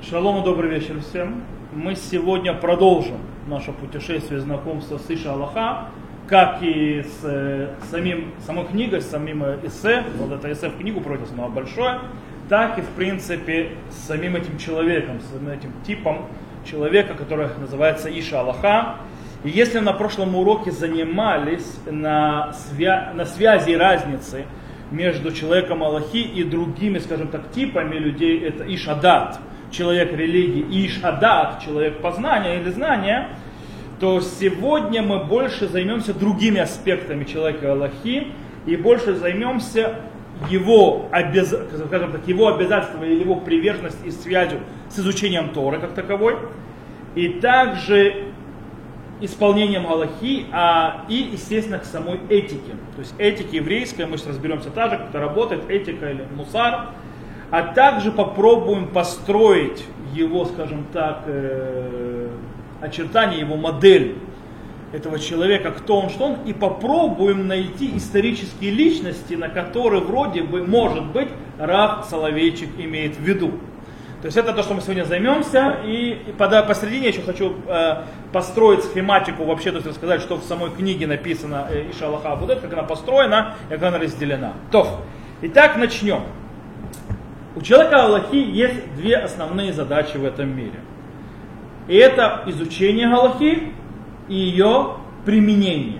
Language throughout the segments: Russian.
Шалом и добрый вечер всем. Мы сегодня продолжим наше путешествие знакомства с Иша Аллаха, как и с самой книгой, с самим эссе. Вот это эссе в книгу пройдет, оно большое. Так и в принципе с самим этим человеком, с этим типом человека, который называется Иша Аллаха. И если на прошлом уроке занимались на связи и разницы между человеком Аллахи и другими, скажем так, типами людей, это Иш Адат, человек религии, и Иш Адат, человек познания или знания, то сегодня мы больше займемся другими аспектами человека Аллахи и больше займемся его, скажем так, его обязательством или его приверженностью и связью с изучением Торы как таковой, и также исполнением Аллахи, и, естественно, к самой этике. То есть этики еврейской, мы сейчас разберемся также, как это работает, этика или мусар, а также попробуем построить его, скажем так, очертания, его модель этого человека, кто он, что он, и попробуем найти исторические личности, на которые вроде бы, может быть, Рав Соловейчик имеет в виду. То есть это то, что мы сегодня займемся, и посередине еще хочу построить схематику вообще, то есть рассказать, что в самой книге написано Иша Аллаха Абудет, как она построена и как она разделена. Итак, начнем. У человека Аллахи есть две основные задачи в этом мире. И это изучение Аллахи и ее применение.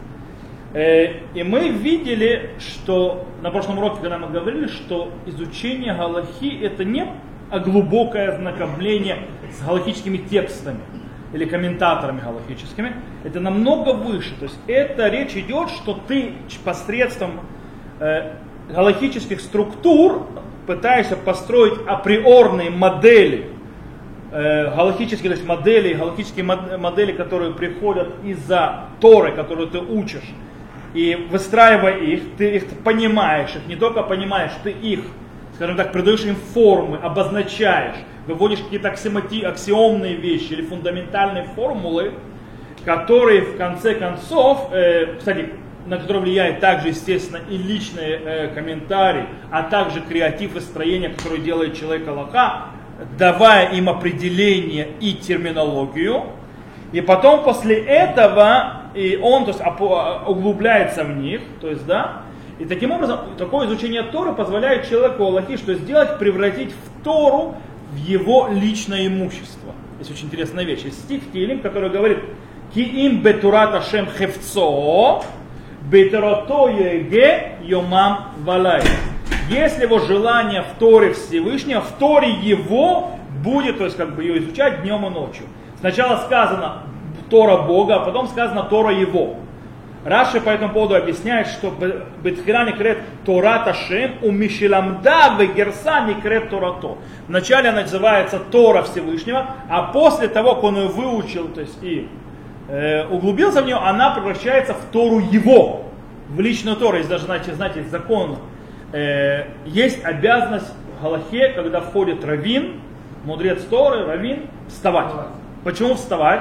И мы видели, что на прошлом уроке, когда мы говорили, что изучение Аллахи это не глубокое ознакомление с галахическими текстами или комментаторами галахическими, это намного выше. То есть это речь идет, что ты посредством галахических структур пытаешься построить априорные модели, галахические, то есть галахические модели, которые приходят из-за Торы, которую ты учишь, и выстраивая их, ты их понимаешь, их не только понимаешь, ты их, скажем так, придаешь им формы, обозначаешь, выводишь какие-то аксиомные вещи или фундаментальные формулы, которые в конце концов, кстати, на которые влияет также, естественно, и личные комментарии, а также креатив и строение, которое делает человек Аллаха, давая им определение и терминологию. И потом после этого и он, то есть, углубляется в них, то есть, да. И таким образом, такое изучение Торы позволяет человеку Аллахи что сделать? Превратить в Тору в его личное имущество. Есть очень интересная вещь. Есть стих Тилим, который говорит: «Ки им бетурат Ашем хевцо, бетерото еге йомам валай». Если его желание в Торе Всевышнего, в Торе его будет, то есть как бы ее изучать днем и ночью. Сначала сказано Тора Бога, а потом сказано Тора его. Раши по этому поводу объясняет, что Бетхира некрет Торат Ашем, у Мишеламда вегерса некрет Торато. Вначале она называется Тора Всевышнего, а после того, как он ее выучил, то есть и углубился в нее, она превращается в Тору его, в личную Тору. Есть даже, знаете, закон, есть обязанность в Галахе, когда входит раввин, мудрец Торы, раввин, вставать. Почему вставать?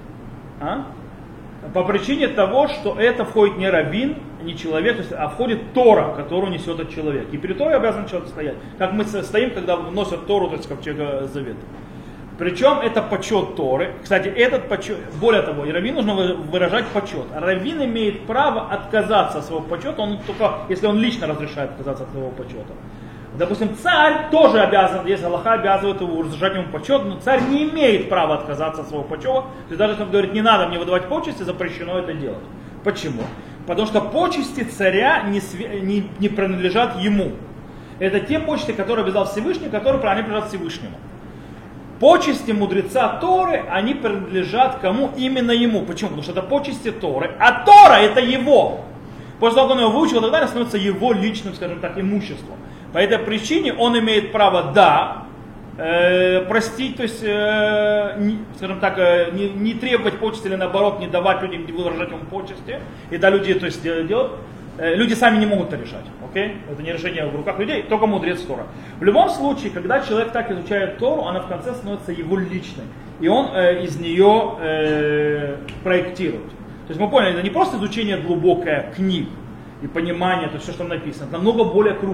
По причине того, что это входит не раввин, не человек, а входит Тора, которую несет этот человек. И перед Торой обязан человек стоять. Как мы стоим, когда носят Тору, то есть ковчега завета. Причем это почет Торы. Кстати, этот почет, более того, и раввин нужно выражать почет. А раввин имеет право отказаться от своего почета, он только, если он лично разрешает отказаться от своего почета. Допустим, царь тоже обязан, если Аллаха обязывает его разрешать ему почет, но царь не имеет права отказаться от своего почета. То есть даже если он говорит, не надо мне выдавать почести, запрещено это делать. Почему? Потому что почести царя не принадлежат ему. Это те почести, которые обязал Всевышний, которые они принадлежат Всевышнему. Почести мудреца Торы, они принадлежат кому? Именно ему. Почему? Потому что это почести Торы, а Тора это его. После того, как он его выучил, тогда это становится его личным, скажем так, имуществом. По этой причине он имеет право, простить, то есть, скажем так, не требовать почести или наоборот, не давать людям, не выражать ему почести. И да, люди, то есть, делают. Люди сами не могут это решать. Okay? Это не решение в руках людей, только мудрец Тора. В любом случае, когда человек так изучает Тору, она в конце становится его личной. И он из нее проектирует. То есть мы поняли, это не просто изучение глубокое книг и понимание, то есть все, что там написано, это намного более круче.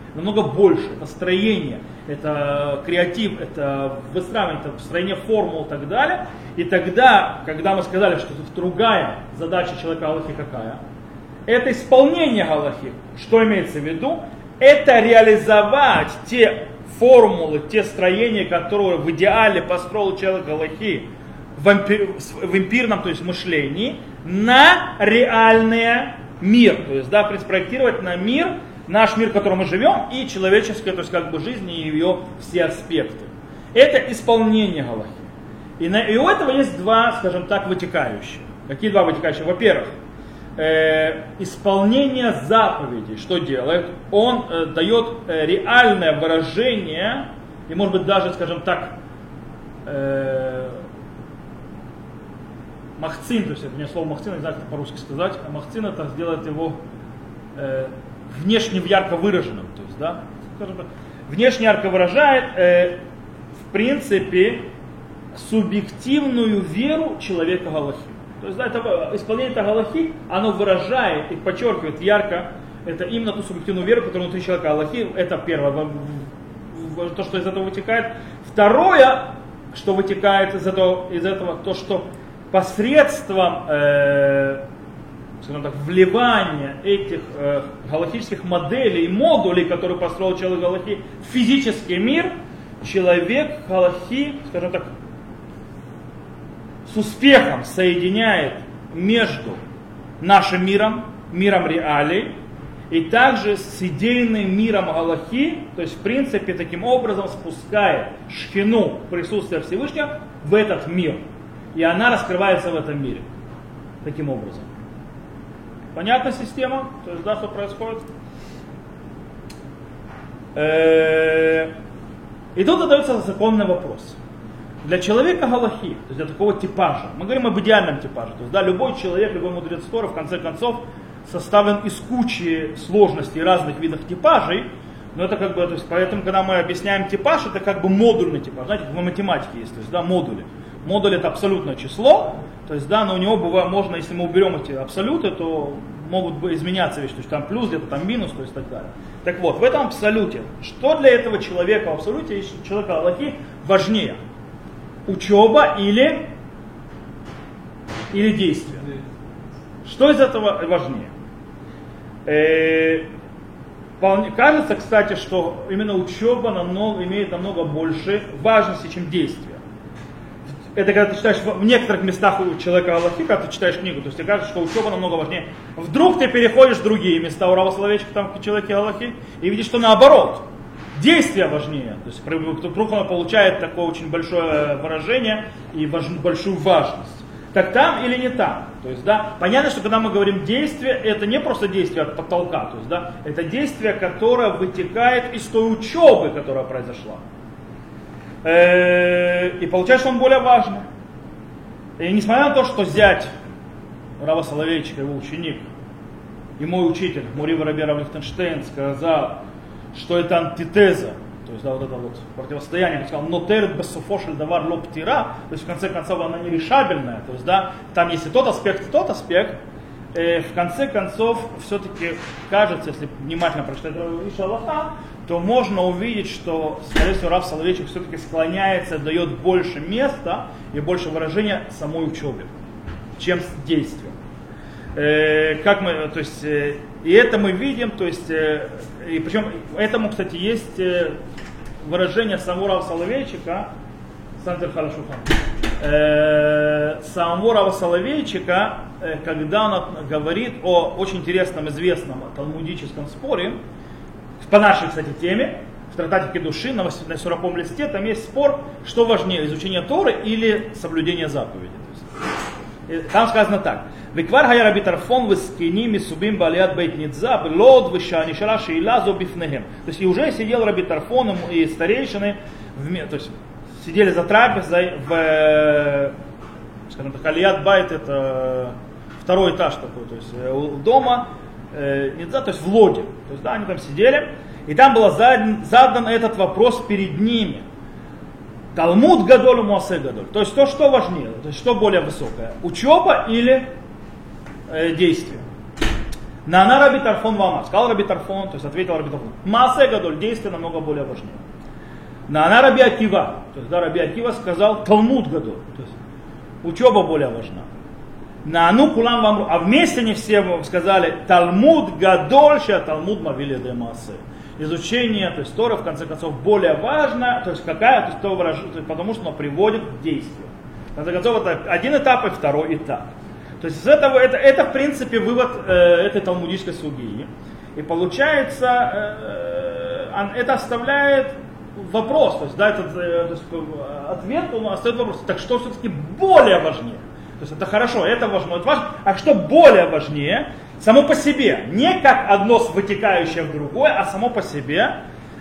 намного больше. Это строение, это креатив, это выстраивание, это построение формул и так далее. И тогда, когда мы сказали, что тут другая задача человека галахи какая, это исполнение галахи. Что имеется в виду? Это реализовать те формулы, те строения, которые в идеале построил человек галахи в эмпирном, то есть мышлении, на реальный мир. То есть, да, спроектировать на мир, наш мир, в котором мы живем, и человеческое, то есть как бы жизнь и ее все аспекты. Это исполнение галахи. И у этого есть два, скажем так, вытекающие. Какие два вытекающие? Во-первых, исполнение заповедей, что делает? Он дает реальное выражение, и может быть даже, скажем так, махцин, то есть это не слово махцин, не знаю, как это по-русски сказать, а махцин это сделает его внешне ярко выраженным, то есть, да, скажем так, внешне ярко выражает, в принципе, субъективную веру человека галахи. То есть, да, это, исполнение этой галахи, оно выражает и подчеркивает ярко, это именно ту субъективную веру, которая внутри человека галахи, это первое, то, что из этого вытекает. Второе, что вытекает из этого, то, что посредством, скажем так, вливания этих галахических моделей и модулей, которые построил человек галахи, в физический мир, человек галахи, скажем так, с успехом соединяет между нашим миром, миром реалий, и также с идейным миром галахи, то есть в принципе таким образом спускает шхину, присутствие Всевышнего, в этот мир. И она раскрывается в этом мире. Таким образом. Понятна система? То есть, да, что происходит? И тут задается законный вопрос. Для человека галахи, то есть для такого типажа, мы говорим об идеальном типаже, то есть, да, любой человек, любой мудрец Торы, в конце концов, составлен из кучи сложностей разных видов типажей, но это как бы, то есть, поэтому, когда мы объясняем типаж, это как бы модульный типаж, знаете, как в математике есть, то есть, да, модули. Модуль это абсолютное число, то есть, да, но у него бывает, можно, если мы уберем эти абсолюты, то могут изменяться вещи, то есть там плюс, где-то там минус, то есть так далее. Так вот, в этом абсолюте, что для этого человека в абсолюте, человека галахи важнее? Учеба или действие? Что из этого важнее? Кажется, кстати, что именно учеба имеет намного больше важности, чем действие. Это когда ты читаешь в некоторых местах у человека галахи, когда ты читаешь книгу, то есть тебе кажется, что учеба намного важнее. Вдруг ты переходишь в другие места у Рава Соловейчика, там в человеке галахи, и видишь, что наоборот, действие важнее. То есть вдруг оно получает такое очень большое выражение и большую важность. Так там или не там? То есть, да, понятно, что когда мы говорим действие, это не просто действие от потолка, то есть, да, это действие, которое вытекает из той учебы, которая произошла. И получается, что он более важный. И несмотря на то, что зять Рава Соловейчика, его ученик, и мой учитель, Мурива Раби Рав Лихтенштейн, сказал, что это антитеза, то есть, да, вот это вот противостояние, он сказал, нотер бессофошель давар лоб тира, то есть в конце концов она нерешабельная, то есть, да, там есть и тот аспект, в конце концов, все-таки кажется, если внимательно прочитать Иша Аллаха, то можно увидеть, что, скорее всего, Рав Соловейчик все-таки склоняется, дает больше места и больше выражения самой учебе, чем действию. Как мы, то есть, и это мы видим, то есть, и причем этому, кстати, есть выражение самого Рава Соловейчика, самого Рава Соловейчика, когда он говорит о очень интересном, известном талмудическом споре, по нашей, кстати, теме, в трактате Кедушин на 40-м листе, там есть спор, что важнее, изучение Торы или соблюдение заповедей. Там сказано так. וכבר היה רבי טרפון וזקנים מסובים בעליית בית ניצה בלוד ושנשאלה שאלה זו בפניהם. То есть и уже сидел Раби Тарфон и старейшины, то есть сидели за трапезой в, скажем так, алият байт, это второй этаж такой, то есть у дома, Ница, то есть в лоде. То есть, да, они там сидели, и там был задан этот вопрос перед ними. Талмуд гадоль, муасе гадоль. То есть то, что важнее, то есть что более высокое, учеба или действие. На она Раби Тарфон вама. Сказал Раби Тарфон, то есть ответил Раби Тарфон. Маасе гадоль, действие намного более важнее. На она Раби Акива. То есть да, Раби Акива сказал Талмуд гадоль. То есть учеба более важна. На ану кулам вамру. А вместе они все сказали Талмуд гадоль, ша Талмуд мавили де маасе. Изучение, то есть Тора, в конце концов, более важно, то есть какая, то есть, потому что оно приводит к действию. В конце концов, это один этап и второй этап. То есть из этого, это в принципе вывод этой талмудической сугии. И получается, это оставляет вопрос, то есть, да, ответ, он остается вопрос, так что все-таки более важнее? То есть это хорошо, это важно, а что более важнее? Само по себе, не как одно вытекающее в другое, а само по себе.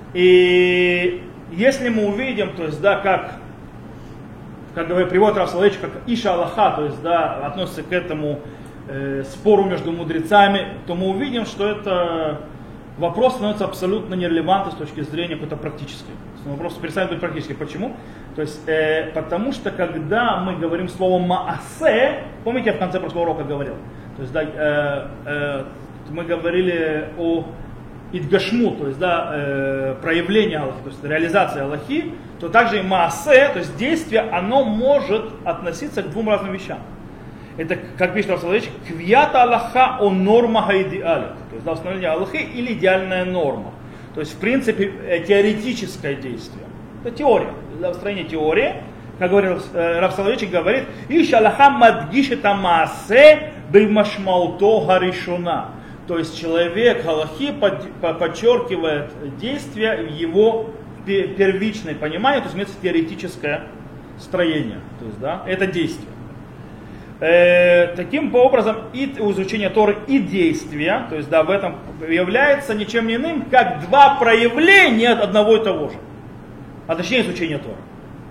И если мы увидим, то есть, да, как говорит, приводит Рав Соловейчик, как Иша Аллаха, то есть, да, относится к этому спору между мудрецами, то мы увидим, что это вопрос становится абсолютно нерелевантным с точки зрения какой-то практической. Вопрос перестает быть практически. Почему? То есть, потому что когда мы говорим слово маасе, помните, я в конце прошлого урока говорил, то есть, да, мы говорили о идгашму, то есть, да, проявлении Аллахи, то есть реализации Аллахи, то также и маасе, то есть действие, оно может относиться к двум разным вещам. Это, как пишет Рав Соловейчик, квията Аллаха о нормах идеалит, то есть да, установление Аллахи или идеальная норма. То есть, в принципе, теоретическое действие. Это теория, для построения теории, как говорил Рав Соловейчик, говорит, «Иша Аллаха мадгишета маасе бимашмауто гаришуна». То есть человек Аллахи подчеркивает действие в его первичное понимание, то есть имеется теоретическое строение, то есть, да, это действие. Таким образом, и изучение Торы, и действия, то есть, да, в этом является ничем иным, как два проявления одного и того же, а точнее изучение Торы.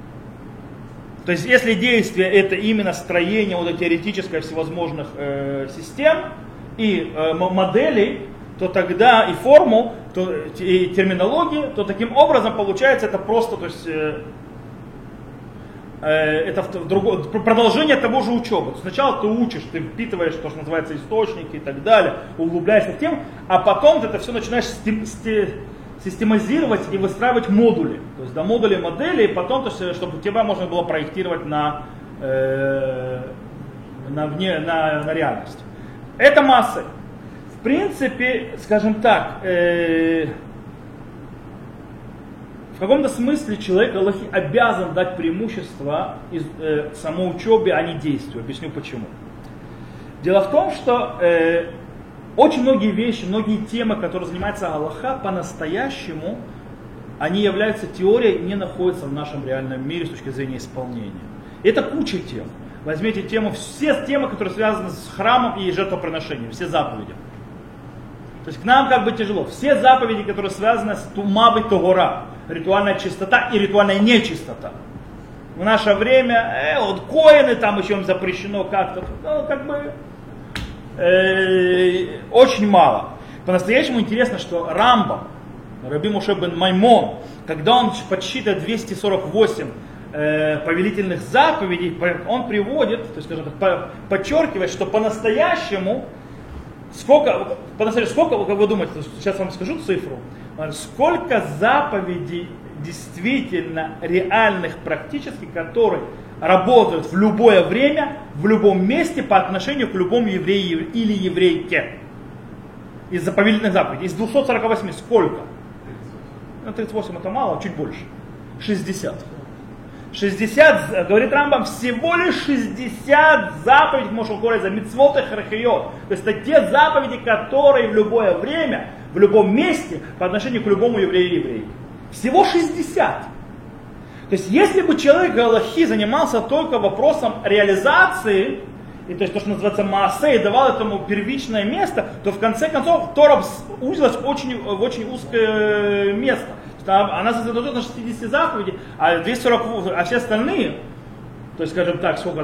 То есть, если действие это именно строение вот теоретическое всевозможных систем и моделей, то тогда и форму, и терминологии, то таким образом получается это просто, то есть, это продолжение того же учебы. Сначала ты учишь, ты впитываешь то, что называется источники и так далее, углубляешься в тему, а потом ты это все начинаешь систематизировать и выстраивать модули. То есть, да, модули, модели, и потом, то есть, чтобы тебя можно было проектировать на реальность. Это масса. В принципе, скажем так, в каком-то смысле человек Аллахи обязан дать преимущество самоучебе, а не действию. Объясню почему. Дело в том, что очень многие вещи, многие темы, которые занимается Аллаха, по-настоящему, они являются теорией, не находятся в нашем реальном мире с точки зрения исполнения. Это куча тем. Возьмите тему, все темы, которые связаны с храмом и жертвоприношением, все заповеди. То есть к нам как бы тяжело. Все заповеди, которые связаны с тумабой тогора, ритуальная чистота и ритуальная нечистота. В наше время, вот коины там еще им запрещено как-то, ну, как бы очень мало. По-настоящему интересно, что Рамбам, Раби Моше бен Маймон, когда он подсчитывает 248 повелительных заповедей, он приводит, то есть, скажем так, подчеркивает, что по-настоящему, сколько, как вы думаете, сейчас вам скажу цифру, сколько заповедей действительно реальных, практически, которые работают в любое время, в любом месте по отношению к любому еврею или еврейке. Из заповедных заповедей. Из 248 сколько? 38 это мало, чуть больше. 60. 60, говорит Рамбам, всего лишь 60 заповедей Моше Корей за мицвот и харахиот. То есть это те заповеди, которые в любое время, в любом месте по отношению к любому еврею и еврейке. Всего 60. То есть если бы человек Аллахи занимался только вопросом реализации, и то есть то, что называется маасе, и давал этому первичное место, то в конце концов Тора узилась в очень узкое место. Она сосредоточена на 60 заповедей, а 240, а все остальные, то есть, скажем так, сколько,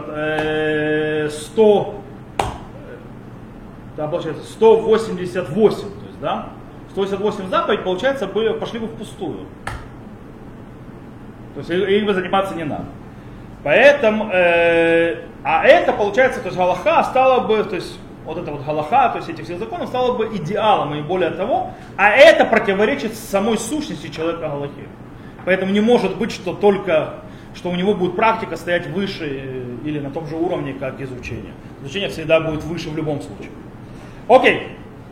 188, то есть, да, 188 заповедей, получается, пошли бы впустую. То есть им бы заниматься не надо. Поэтому, а это получается, то есть Аллаха стала бы, то есть вот это вот галаха, то есть этих всех законов, стало бы идеалом и более того, а это противоречит самой сущности человека галахи. Поэтому не может быть, что только, что у него будет практика стоять выше или на том же уровне, как изучение. Изучение всегда будет выше в любом случае. Окей.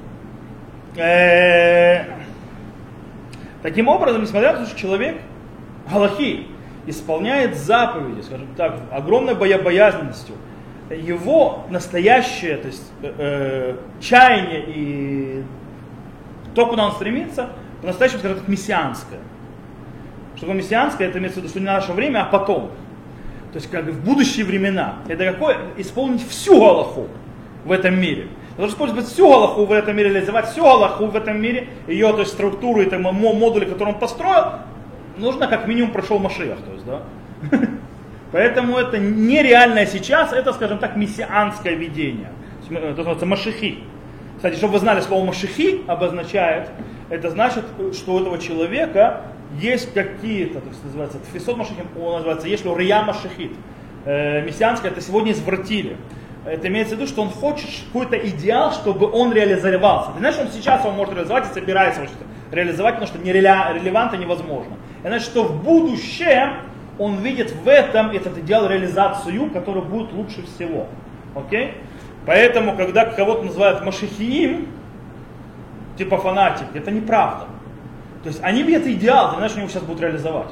Таким образом, несмотря на то, что человек галахи исполняет заповеди, скажем так, огромной боязностью, его настоящее, то есть чаяние и то, куда он стремится, по-настоящему, скажем так, мессианское. Что такое мессианское, это имеется в виду, что не на наше время, а потом. То есть как в будущие времена. Это какое? Исполнить всю галаху в этом мире. Нужно использовать всю галаху в этом мире, реализовать всю галаху в этом мире, ее, то есть структуру, это модули, которые он построил, нужно как минимум прошел Машиах. То есть, да? Поэтому это нереальное сейчас, это, скажем так, мессианское видение. Это называется машихи. Кстати, чтобы вы знали, слово машихи обозначает, это значит, что у этого человека есть какие-то, так называется, тфисот машихим, он называется, есть ли рия машихит. Мессианское, это сегодня извратили. Это имеется в виду, что он хочет какой-то идеал, чтобы он реализовался. Ты знаешь, он сейчас он может реализовать и собирается что-то реализовать, потому что нерелевантно невозможно. Это значит, что в будущем он видит в этом этот идеал реализацию, который будет лучше всего. Окей? Поэтому, когда кого-то называют машихиим, типа фанатик, это неправда. То есть они видят идеал, ты знаешь, что они его сейчас будут реализовать.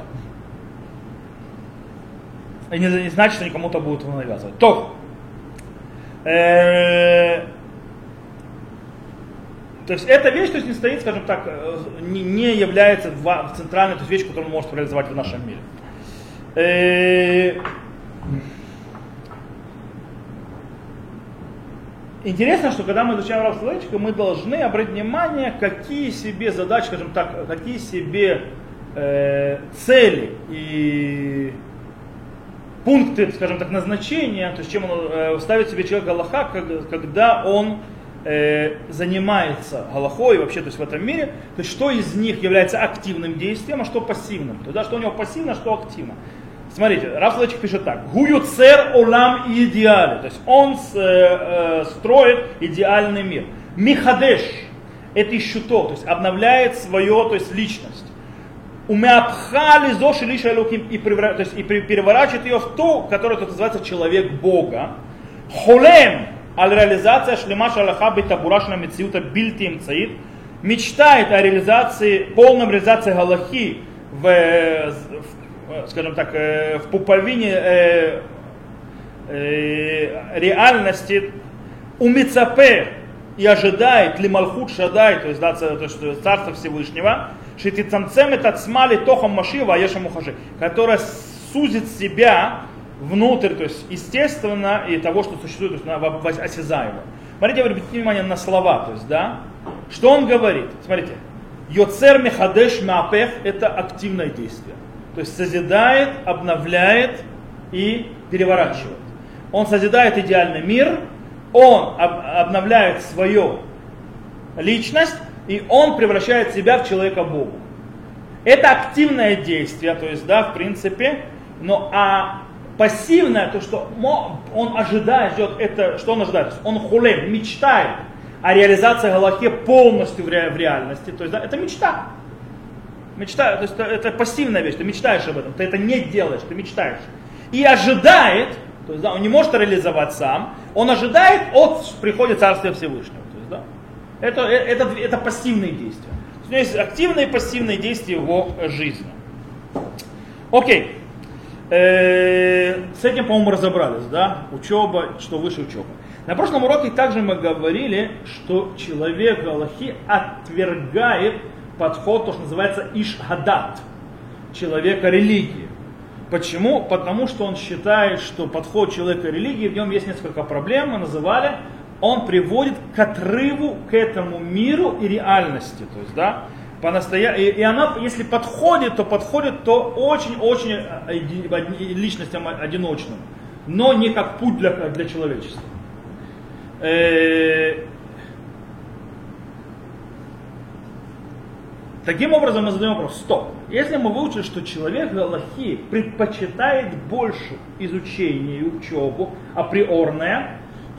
И не значит, что они кому-то будут его навязывать. То есть эта вещь, то есть не стоит, скажем так, не является центральной, то есть вещь, которую он может реализовать в нашем мире. Интересно, что когда мы изучаем Рава Соловейчика, мы должны обратить внимание, какие себе задачи, скажем так, какие себе цели и пункты, скажем так, назначения, то есть чем он ставит себе человек галаха, когда он занимается галахой вообще, то есть в этом мире, то есть что из них является активным действием, а что пассивным. То есть, да, что у него пассивно, а что активно. Смотрите, Рав Соловейчик пишет так: «Гуюцер олам идеали», то есть он строит идеальный мир. «Михадеш» — это еще то есть обновляет свою, то есть личность. «Умеапхали зоши лиша элоким» и переворачивает ее в ту, которая тут называется человек Бога. «Холем» аль реализация шлема шалаха битабурашна мециута бильти имцаит, мечтает о реализации, полном реализации галахи скажем так, в пуповине реальности, умицапе и ожидает лималхут шадай, то есть царство Всевышнего, шитицамцем это цмали тохам машива аешам ухажи, которая сузит себя внутрь, то есть естественно, и того, что существует, то есть осязаемо. Смотрите, обратите внимание на слова, то есть, да, что он говорит, смотрите, йоцер мехадеш мапех — это активное действие. То есть созидает, обновляет и переворачивает. Он созидает идеальный мир, он обновляет свою личность, и он превращает себя в человека Богу. Это активное действие, то есть, да, в принципе, но пассивное, то, что он ожидает, это, что он ожидает? Он хулем, мечтает о реализации галахи полностью в реальности, то есть, да, это мечта. Мечта, то есть это пассивная вещь, ты мечтаешь об этом, ты это не делаешь, ты мечтаешь. И ожидает, то есть, да, он не может реализовать сам, он ожидает от прихода Царствия Всевышнего. То есть, да, это пассивные действия. У него есть активные и пассивные действия в его жизни. Окей. С этим, по-моему, разобрались, да? Учеба, что выше учебы. На прошлом уроке также мы говорили, что человек галахи отвергает подход, то, что называется иш-гадат, человека религии. Почему? Потому что он считает, что подход человека религии, в нем есть несколько проблем, мы называли, он приводит к отрыву к этому миру и реальности. То есть, да, и она, если подходит, то очень-очень личностям одиночным, но не как путь для человечества. Таким образом мы задаем вопрос: стоп, если мы выучили, что человек галахи предпочитает больше изучение и учебу априорное,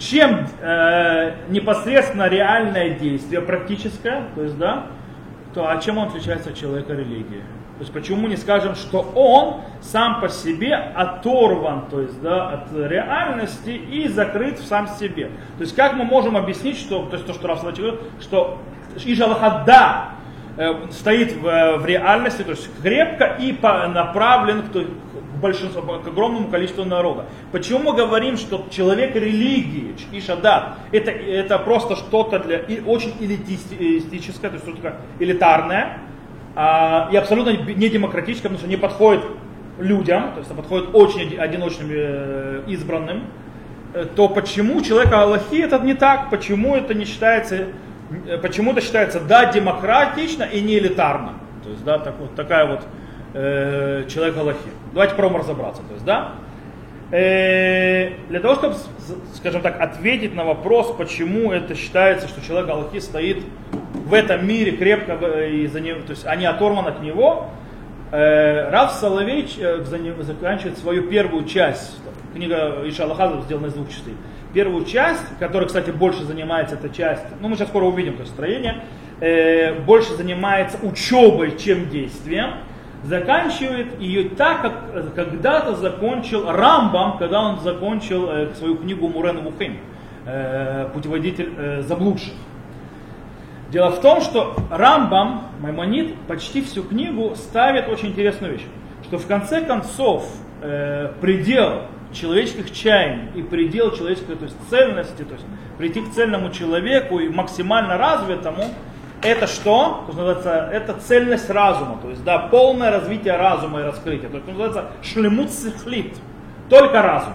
чем непосредственно реальное действие, практическое, то есть, да, то а чем он отличается от человека религии? То есть почему не скажем, что он сам по себе оторван, то есть, да, от реальности и закрыт в сам себе. То есть как мы можем объяснить, что, то есть то, что Рав Соловейчик говорил, что Иш Аллаха, да, стоит в реальности, то есть крепко и направлен к большинству, к огромному количеству народа. Почему мы говорим, что человек религии, Ишадат, это просто что-то очень элитистическое, то есть что-то элитарное, и абсолютно не демократическое, потому что не подходит людям, то есть подходит очень одиночным избранным, то почему человек Аллахи это не так, почему это считается, да, демократично и не элитарно. То есть, да, такая вот человек Аллахи. Давайте попробуем разобраться. То есть, да, для того, чтобы, скажем так, ответить на вопрос, почему это считается, что человек Аллахи стоит в этом мире крепко, то есть они оторваны от него, Рав Соловейчик заканчивает свою первую часть. Книга Иша Аллаха сделана из 2 частей. Первую часть, которая, кстати, больше занимается эта часть, мы сейчас скоро увидим, то есть строение, больше занимается учебой, чем действием, заканчивает ее так, как когда-то закончил Рамбам, когда он закончил свою книгу Муре Невухим, путеводитель заблудших. Дело в том, что Рамбам, Маймонид, почти всю книгу ставит очень интересную вещь, что в конце концов предел человеческих чаяний и предел человеческой, то есть цельности, то есть прийти к цельному человеку и максимально развитому, это что? То есть, называется, это цельность разума, то есть, да, полное развитие разума и раскрытие. То есть, называется шлемут сихлит, только разум.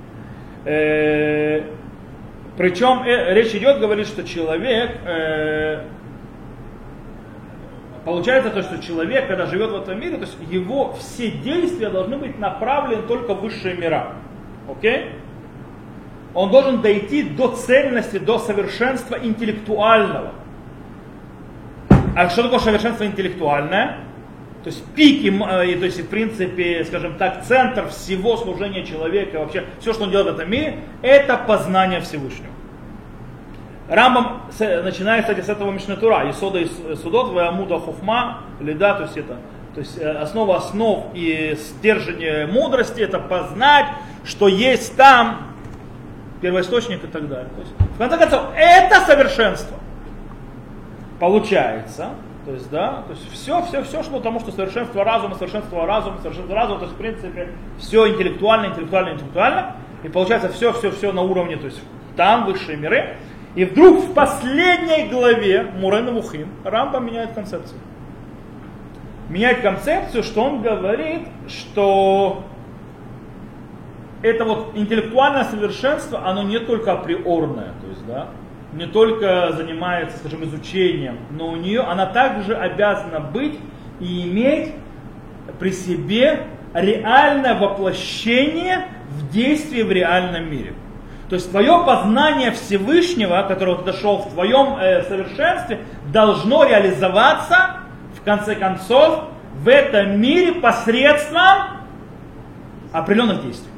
Причем речь идет, говорит, что человек, получается то, что человек, когда живет в этом мире, то есть его все действия должны быть направлены только в высшие мира. Окей? Он должен дойти до цельности, до совершенства интеллектуального. А что такое совершенство интеллектуальное? То есть пики, то есть в принципе, скажем так, центр всего служения человека, вообще все, что он делает в этом мире, это познание Всевышнего. Рамбам начинает, кстати, с этого Мишне Тура, Исода и Судот, Ваямуда Хуфма, Лида, то есть основа основ и стержень мудрости, это познать, что есть там первоисточник и так далее. То есть, в конце концов, это совершенство. Получается, то есть, да, то есть все шло к тому, что совершенство разума, то есть, в принципе, все интеллектуально, и получается все на уровне, то есть, там высшие миры, и вдруг в последней главе Муре Невухим Рамбам меняет концепцию. Меняет концепцию, что он говорит, что это вот интеллектуальное совершенство, оно не только априорное, то есть, да, не только занимается, скажем, изучением, но у нее она также обязана быть и иметь при себе реальное воплощение в действии в реальном мире. То есть твое познание Всевышнего, которого ты дошел в твоем совершенстве, должно реализоваться, в конце концов, в этом мире посредством определенных действий.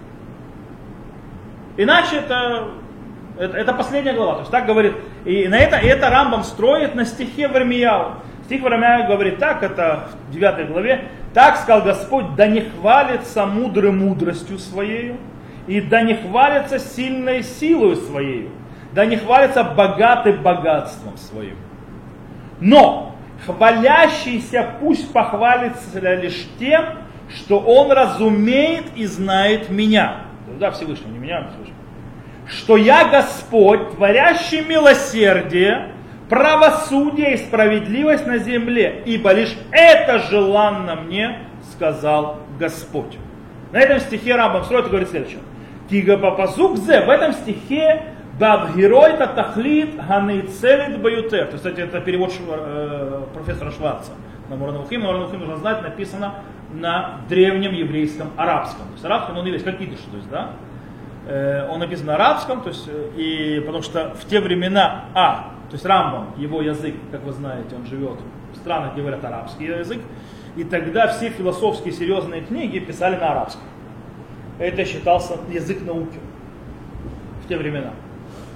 Иначе это последняя глава. То есть так говорит. И это Рамбам строит на стихе Вармияу. Стих Вармияу говорит так, это в 9 главе. Так сказал Господь, да не хвалится мудрый мудростью своею, и да не хвалится сильной силой своею, да не хвалится богатый богатством своим. Но хвалящийся пусть похвалится лишь тем, что он разумеет и знает меня. Да, Всевышний, не меня, а Всевышний. Что я Господь, творящий милосердие, правосудие и справедливость на земле, ибо лишь это желанно мне, сказал Господь. На этом стихе Рамбам строит и говорит следующее. Кига папазукзе, в этом стихе бабгерой татахлит ганейцелит баютер. То есть, кстати, это перевод профессора Шварца на Муре Невухим. На Муре Невухим, нужно знать, написано на древнем еврейском арабском. То есть арабском, он есть как идиш, то есть, да. Он написан на арабском, то есть, и потому что в те времена, то есть Рамбам, его язык, как вы знаете, он живет в странах, где говорят арабский язык, и тогда все философские серьезные книги писали на арабском. Это считался язык науки в те времена.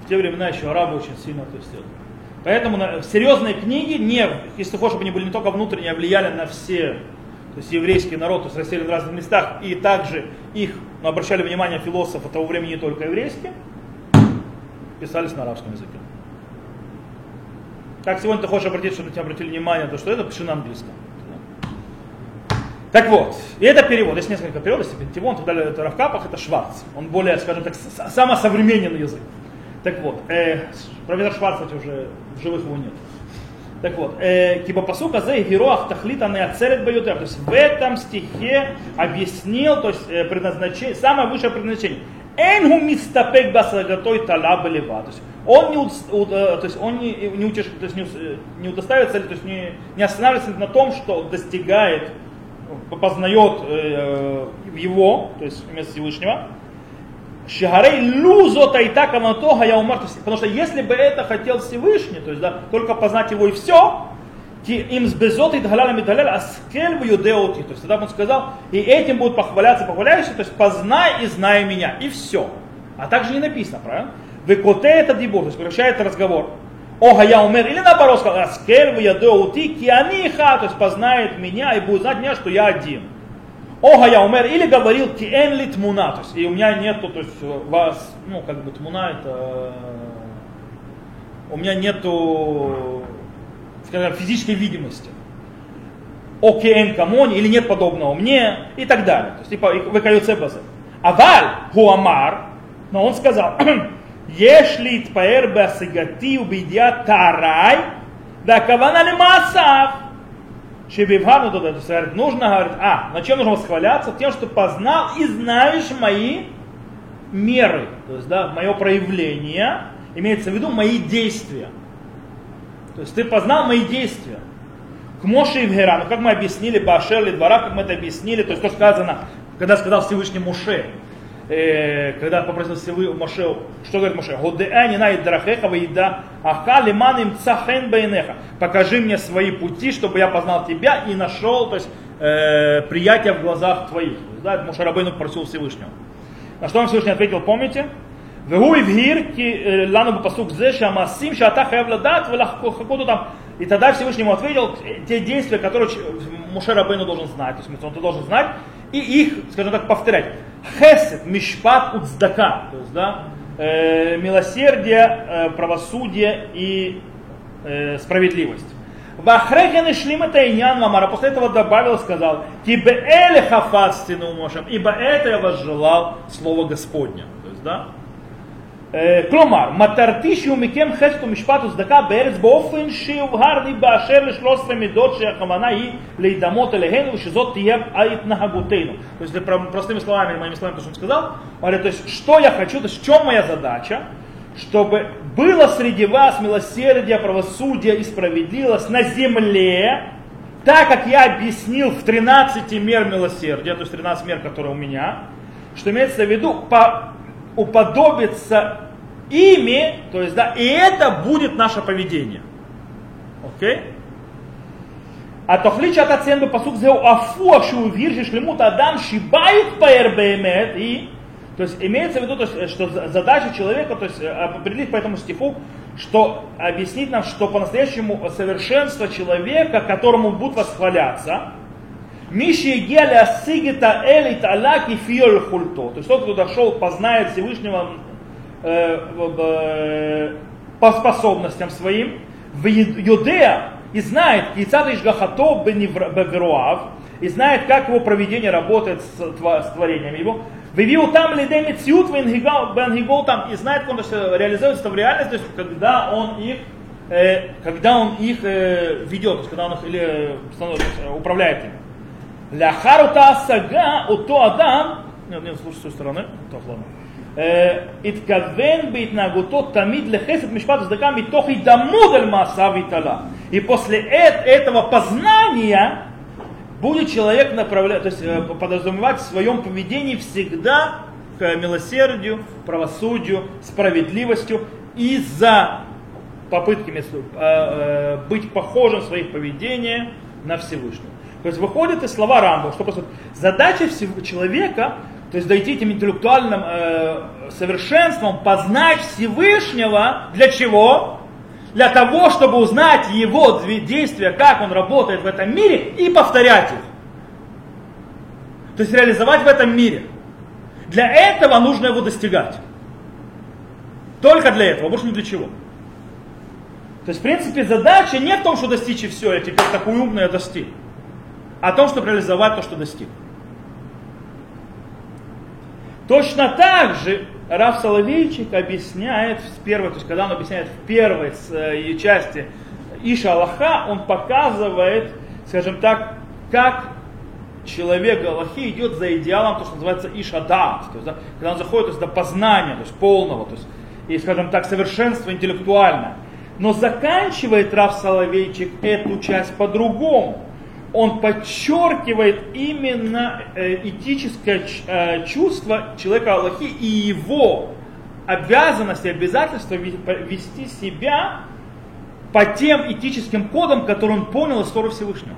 те времена еще арабы очень сильно, то есть, поэтому серьезные книги, если хочешь, чтобы они были не только внутренние, а влияли на все, то есть еврейский народ, то есть расселен в разных местах, и также их обращали внимание философы того времени не только еврейские, писались на арабском языке. Как сегодня ты хочешь обратить, чтобы на тебя обратили внимание, то что это, пиши на английском. Так вот, и это перевод. Есть несколько переводов, если Бентивон, тогда это Равкапах, это Шварц. Он более, скажем так, самосовременный язык. Так вот, профессор Шварц, кстати, уже в живых его нет. Так вот, киба пасук азе героах тахлита не ацерет баютер. То есть в этом стихе объяснил, то есть предназначение, самое высшее предназначение. Энгу мистапек басагатой талаба лева. То есть он не удостаивается, то есть не останавливается на том, что достигает, познает его, то есть вместо Всевышнего. Шигарей лузота и так аматога я умер. Потому что если бы это хотел Всевышний, то есть да, только познать его и все, им сбезот и дгаляла медгалял, а скель бы юдеоти. То есть тогда он сказал, и этим будут похваляться похваляющие, то есть познай и знай меня, и все. А также не написано, правильно? Выкоте это дибур, то есть прекращает разговор. Ога я умер, или наоборот сказал, а скель бы юдеоти, кианиха, то есть познает меня и будет знать меня, что я один. Ога я умер, или говорил киэн ли тмуна, то есть и у меня нету, то есть вас, ну как бы тмуна это, у меня нету, скажем, физической видимости. О киэн камони, или нет подобного мне, и так далее. То есть типа выкаются базы. Аваль хуамар, но он сказал, ешли тпаэр басигати убидя тарай, да кавана ли масав. Шебивхану туда, то есть говорит, нужно, говорит, на чем нужно восхваляться? Тем, что познал и знаешь мои меры, то есть, да, мое проявление, имеется в виду мои действия. То есть ты познал мои действия. К Моше и Вгера, как мы объяснили, Баашер ли двора, как мы это объяснили, то есть то сказано, когда сказал Всевышний Моше, когда попросил Всевышний Моше, что говорит Моше? Покажи мне свои пути, чтобы я познал тебя и нашел, то есть, приятие в глазах твоих. То есть, да, Моше Рабейну просил Всевышнего. На что он Всевышний ответил, помните? И тогда Всевышний ему ответил те действия, которые Моше Рабейну должен знать, то есть он должен знать, и их, скажем так, повторять. Хесед, мишпат, уцдака, то есть, да, милосердие, правосудие и справедливость. Вахрехен шлим это иньян мамара, после этого добавил, сказал, кибе эле хафац тину мошем, ибо это я возжелал слово Господня. То есть, да. כלומר, מטרתי שהוא מכם חסד ומשפט וצדקה בארץ באופן שיובהר לי באשר ל13 מידות שהכוונה היא להידמות אליהן ושזאת תהיה התנהגותנו. То есть, простыми словами, моими словами, то, что он сказал, говорит, то есть, что я хочу, то есть, в чем моя задача, чтобы было среди вас милосердие, правосудие и справедливость на земле, так как я объяснил в 13 мер милосердия, то есть 13 мер, которые у меня, что имеется в виду уподобиться ими, то есть, да, и это будет наше поведение. Окей? А тохлича тацен бы посук зеу афуа шувир шлемут адам шибает паэр бэмэт, и то есть имеется в виду, то есть, что задача человека, то есть определить по этому стиху, что объяснить нам, что по-настоящему совершенство человека, которому будут восхваляться, Миши геля сигита элит алаки фиоль хульто. То есть тот, кто дошел, познает Всевышнего по способностям своим, в Юдея, и знает, кицат ишгахато беневруав, и знает, как его провидение работает с творением его. Вивил там лидеми цют бенгигол там, и знает, как он реализуется в реальности, то есть когда он их ведет, то есть когда он их или управляет ими. Ляхарута сага ото адам, нет, слушай с той стороны, так, ладно. Иткавен бейтнагуто тамид лехесет мишпат цдака митох идамуд аль маасав витала. И после этого познания будет человек направлять, то есть подразумевать в своем поведении всегда к милосердию, правосудию, справедливостью из-за попытки быть похожим в своих поведениях на Всевышнего. То есть выходит из слова Рамбо, что просто задача человека То есть дойти этим интеллектуальным совершенством, познать Всевышнего. Для чего? Для того, чтобы узнать его действия, как он работает в этом мире, и повторять их. То есть реализовать в этом мире. Для этого нужно его достигать. Только для этого, больше ни для чего. То есть, в принципе, задача не в том, что достичь и все, я теперь такой умный, я достиг. А о том, чтобы реализовать то, что достиг. Точно так же Рав Соловейчик объясняет в первой, то есть когда он объясняет в первой части Иша Аллаха, он показывает, скажем так, как человек Аллахи идет за идеалом, то, что называется Иша Даат, то есть, да, когда он заходит, то есть, до познания, то есть полного, то есть, и, скажем так, совершенства интеллектуальное. Но заканчивает Рав Соловейчик эту часть по-другому. Он подчеркивает именно этическое чувство человека Аллахи и его обязанности, обязательства вести себя по тем этическим кодам, которые он понял из Торы Всевышнего.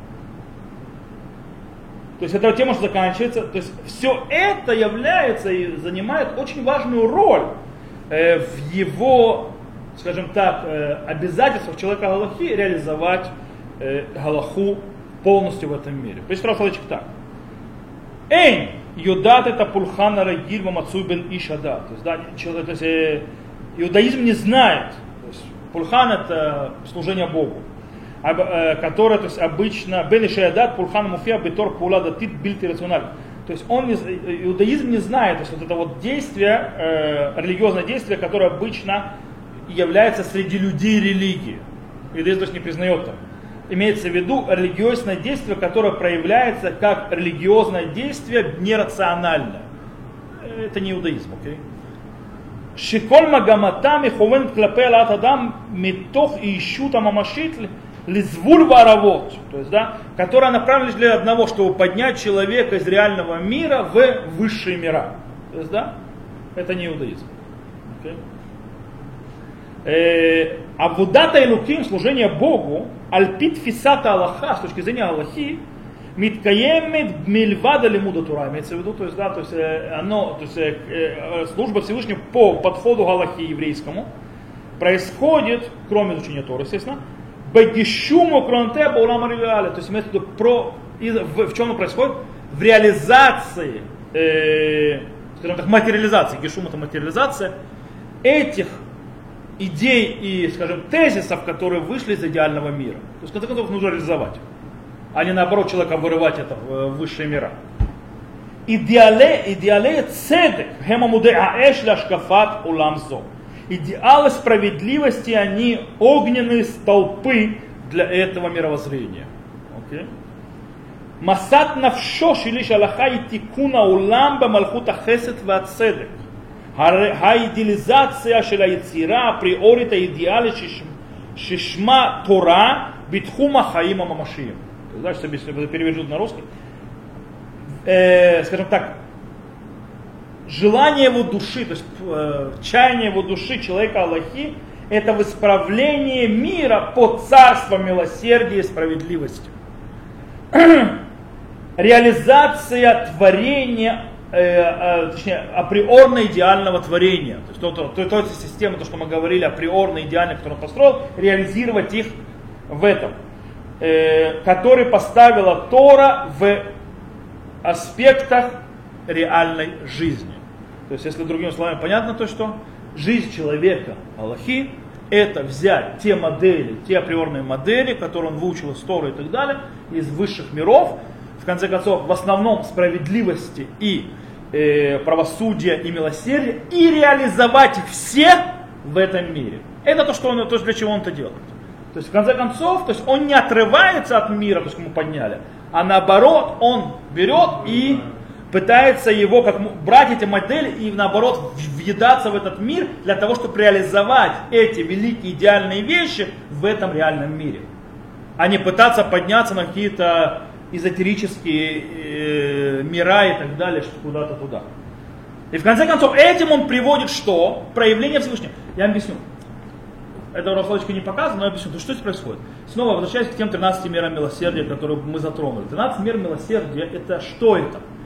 То есть эта тема заканчивается. То есть все это является и занимает очень важную роль в его, скажем так, обязательствах человека Аллахи реализовать Галаху полностью в этом мире. То есть Рав Соловейчик так. Эйн юдат это пульхана рагиль мамацуй бен ишада. То есть иудаизм не знает. То есть, пульхан это служение Богу. Которое, то есть, обычно бен ишадат пульхан муфия битор пула датит бильти рациональ. То есть иудаизм не знает, то есть вот это вот действие, религиозное действие, которое обычно является среди людей религии. Иудаизм даже не признает это. Имеется в виду религиозное действие, которое проявляется как религиозное действие нерациональное. Это не иудаизм, окей? Шиколь магаматами хувен клапе алат адам митох и ищута мамашит лизвуль варавот. То есть, да, которая направлена для одного, чтобы поднять человека из реального мира в высшие мира. То есть, да, это не иудаизм. Авудата илуким, служение Богу, альпит фисата Аллаха, с точки зрения Аллахи, миткаемет мильвада лимуда Тура, имеется в виду, то есть, да, то есть, служба Всевышнего по подходу к Аллахи еврейскому происходит, кроме изучения Торы, естественно, бегишуму кронте баулама реале, то есть, имеется в виду, в чем оно происходит? В реализации, скажем так, материализации, гишум это материализация этих идей и, скажем, тезисов, которые вышли из идеального мира. То есть, в конце концов, нужно реализовать, а не наоборот человека вырывать это в высшие мира. Идеале цедек, хемамуде аэш ляшкафат уламзо. Идеалы справедливости, они огненные столпы для этого мировоззрения. Масат навшо шилиш алаха и тикуна улам бамалхута хесед ва цедек. האידיאליזציה של היצירה הפריאורית האידיאלית ששמה תורה בתחום החיים הממשיים. Знаешь, если переведут на русский, скажем так, желание его души, то есть чаяние его души человека Аллахи, это в исправлении мира по царству милосердия и справедливости. Реализация творения, точнее, априорно идеального творения. То есть эта система, то, что мы говорили, априорно идеально, которую он построил, реализировать их в этом, который поставила Тора в аспектах реальной жизни. То есть, если другими словами понятно, то что жизнь человека Аллахи это взять те модели, те априорные модели, которые он выучил из Торы и так далее, из высших миров, в конце концов, в основном справедливости и правосудия и милосердия, и реализовать их все в этом мире. Это то, для чего он это делает. То есть, в конце концов, то есть он не отрывается от мира, то есть мы подняли, а наоборот, он берет и пытается его брать эти модели и наоборот въедаться в этот мир для того, чтобы реализовать эти великие идеальные вещи в этом реальном мире. А не пытаться подняться на какие-то эзотерические мира и так далее, что куда-то туда. И в конце концов этим он приводит что? Проявление Всевышнего. Я вам объясню. Это рассылочка не показано, но я объясню, что здесь происходит. Снова возвращаясь к тем 13 мерам милосердия, которые мы затронули. 13 мер милосердия, это что это?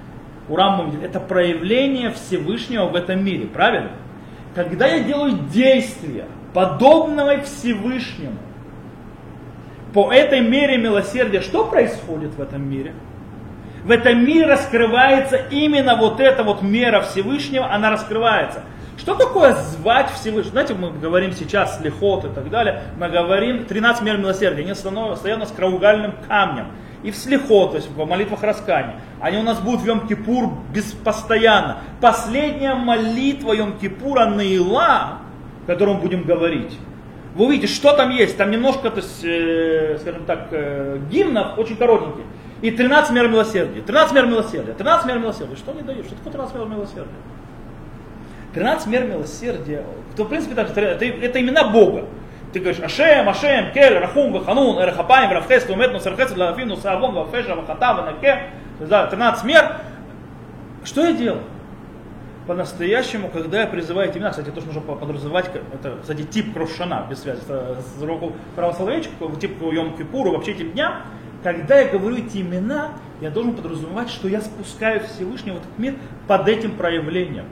у Рамбама это проявление Всевышнего в этом мире, правильно? Когда я делаю действия, подобного Всевышнему, по этой мере милосердия, что происходит в этом мире? В этом мире раскрывается именно вот эта вот мера Всевышнего, она раскрывается. Что такое звать Всевышнего? Знаете, мы говорим сейчас слихот и так далее, мы говорим 13 мер милосердия, они стоят у нас краугальным камнем. И в слихот, то есть в молитвах раскаяния. Они у нас будут в Йом-Кипур постоянно. Последняя молитва Йом-Кипура Наила, о которой мы будем говорить. Вы увидите, что там есть. Там немножко, то есть, скажем так, гимнов очень коротеньких. И 13 мер милосердия. 13 мер милосердия. 13 мер милосердия. Что они дают? Что такое 13 мер милосердия? 13 мер милосердия. В принципе, это имена Бога. Ты говоришь Ашем, Ашем, Кель, Рахум, Ваханун, Эрехапаем, Равхес, Тумет, Нусархес, Лафим, Нусаавон, Вафеша, Вахата, Ванаке. 13 мер. Что я делаю? По-настоящему, когда я призываю эти имена, кстати, тоже нужно подразумевать, это, кстати, тип Крошана, без связи с уроком православия,чика, тип Йом-Кипуру, вообще этим дням, когда я говорю эти имена, я должен подразумевать, что я спускаю Всевышнего в этот мир под этим проявлением.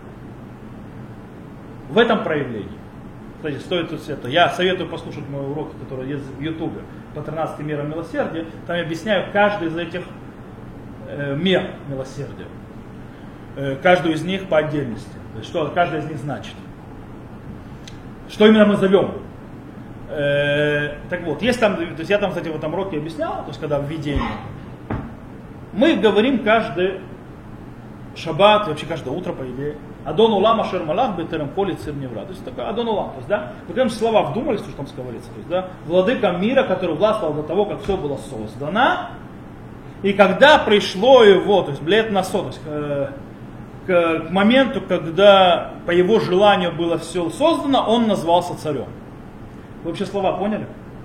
В этом проявлении. Кстати, стоит это. Я советую послушать мои уроки, которые есть в Ютубе по 13 мерам милосердия. Там я объясняю каждый из этих мер милосердия. Каждую из них по отдельности. То есть, что каждая из них значит. Что именно мы зовем. Так вот, есть там, то есть я там, кстати, в этом уроке объяснял, то есть когда в видении. Мы говорим каждый шаббат, и вообще каждое утро, по идее. Адон улам ашер малах бетерем коли цир невра. То есть такое Адон улам. То есть, да, вы когда слова вдумались, что там говорится. То есть, да, владыка мира, который властвовал до того, как все было создано. И когда пришло его, то есть лет на 100, то есть к моменту, когда по его желанию было все создано, он назвался царем. Вы вообще слова поняли?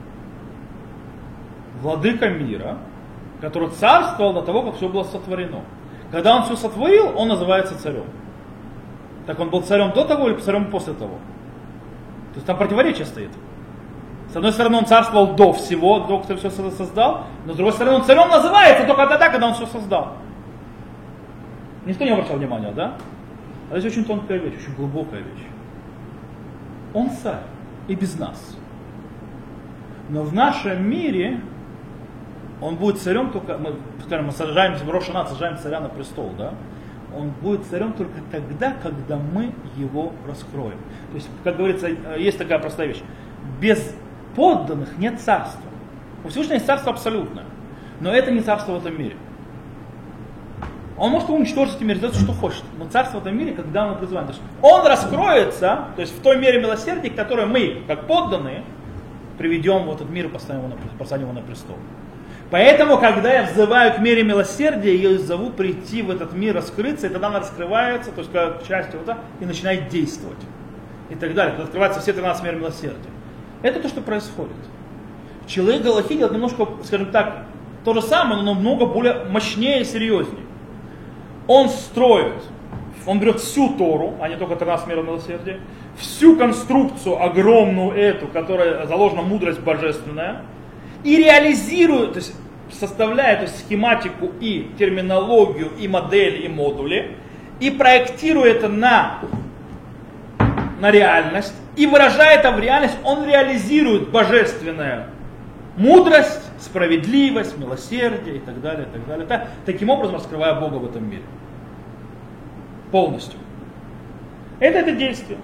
Владыка мира, который царствовал до того, как все было сотворено. Когда он все сотворил, он называется царем. Так он был царем до того или царем после того? То есть там противоречие стоит. С одной стороны, он царствовал до всего, до кто все создал, но с другой стороны, он царем называется только тогда, когда он все создал. Никто не обращал внимания, да? А здесь очень тонкая вещь, очень глубокая вещь. Он царь, и без нас. Но в нашем мире он будет царем только, мы сажаемся в Рош ха-Шана, сажаем царя на престол, да? Он будет царем только тогда, когда мы его раскроем. То есть, как говорится, есть такая простая вещь. Без подданных нет царства. У Всевышнего есть царство абсолютное. Но это не царство в этом мире. Он может уничтожить и мир, сделать, что хочет. Но царство в этом мире, когда мы призываем. То есть он раскроется, то есть в той мере милосердия, которую мы, как подданные, приведем в этот мир и посадим его на престол. Поэтому, когда я взываю к мере милосердия, я зову прийти в этот мир, раскрыться, и тогда она раскрывается, то есть как часть вот так, и начинает действовать. И так далее. Когда открываются все 13 мер милосердия. Это то, что происходит. Человек Галахи делает немножко, скажем так, то же самое, но намного более мощнее и серьезнее. Он строит, он берет всю Тору, а не только 13 мер милосердия, всю конструкцию огромную эту, которая заложена мудрость божественная, и реализирует, то есть составляет, то есть схематику и терминологию, и модели, и модули, и проектирует это на реальность, и выражая это в реальность, он реализирует божественную мудрость, справедливость, милосердие и так далее, и так далее. Таким образом раскрывая Бога в этом мире. Полностью. Это действие.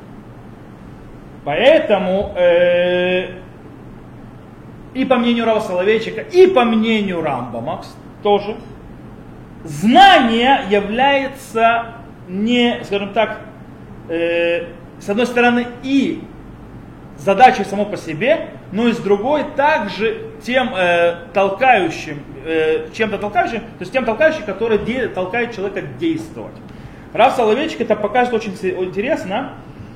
Поэтому и по мнению Рава Соловейчика, и по мнению Рамбама тоже, знание является не, скажем так, с одной стороны и задачей само по себе, но и с другой также тем толкающим, чем-то толкающим, то есть тем толкающим, который толкает человека действовать. Рав Соловейчик это показывает очень интересно,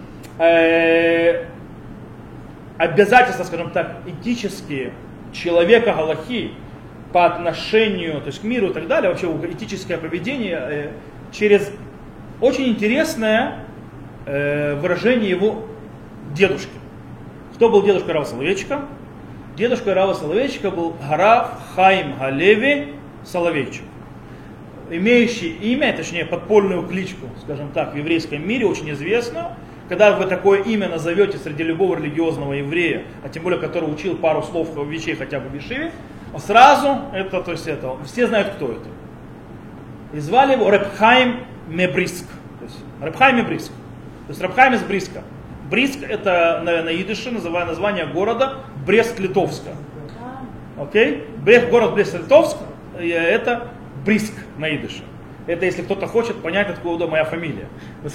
обязательства, скажем так, этические человека галахи по отношению, то есть к миру и так далее, вообще этическое поведение через очень интересное выражение его дедушки. Кто был дедушка Рава Соловейчика? Дедушка Рава Соловейчика был Рав Хаим Галеви Соловейчик. имеющий имя, точнее подпольную кличку, скажем так, в еврейском мире, очень известную. Когда вы такое имя назовете среди любого религиозного еврея, а тем более, который учил пару слов вещей хотя бы в Ешиве, сразу это, то есть это, все знают, кто это. И звали его Реб Хаим Мебриск. То есть Реб Хаим Мебриск. То есть Реб Хаим из Бриска. Бриск это на идыше название города Брест-Литовска. Окей? Город Брест-Литовск это Бриск на идыше. Это если кто-то хочет понять, откуда моя фамилия.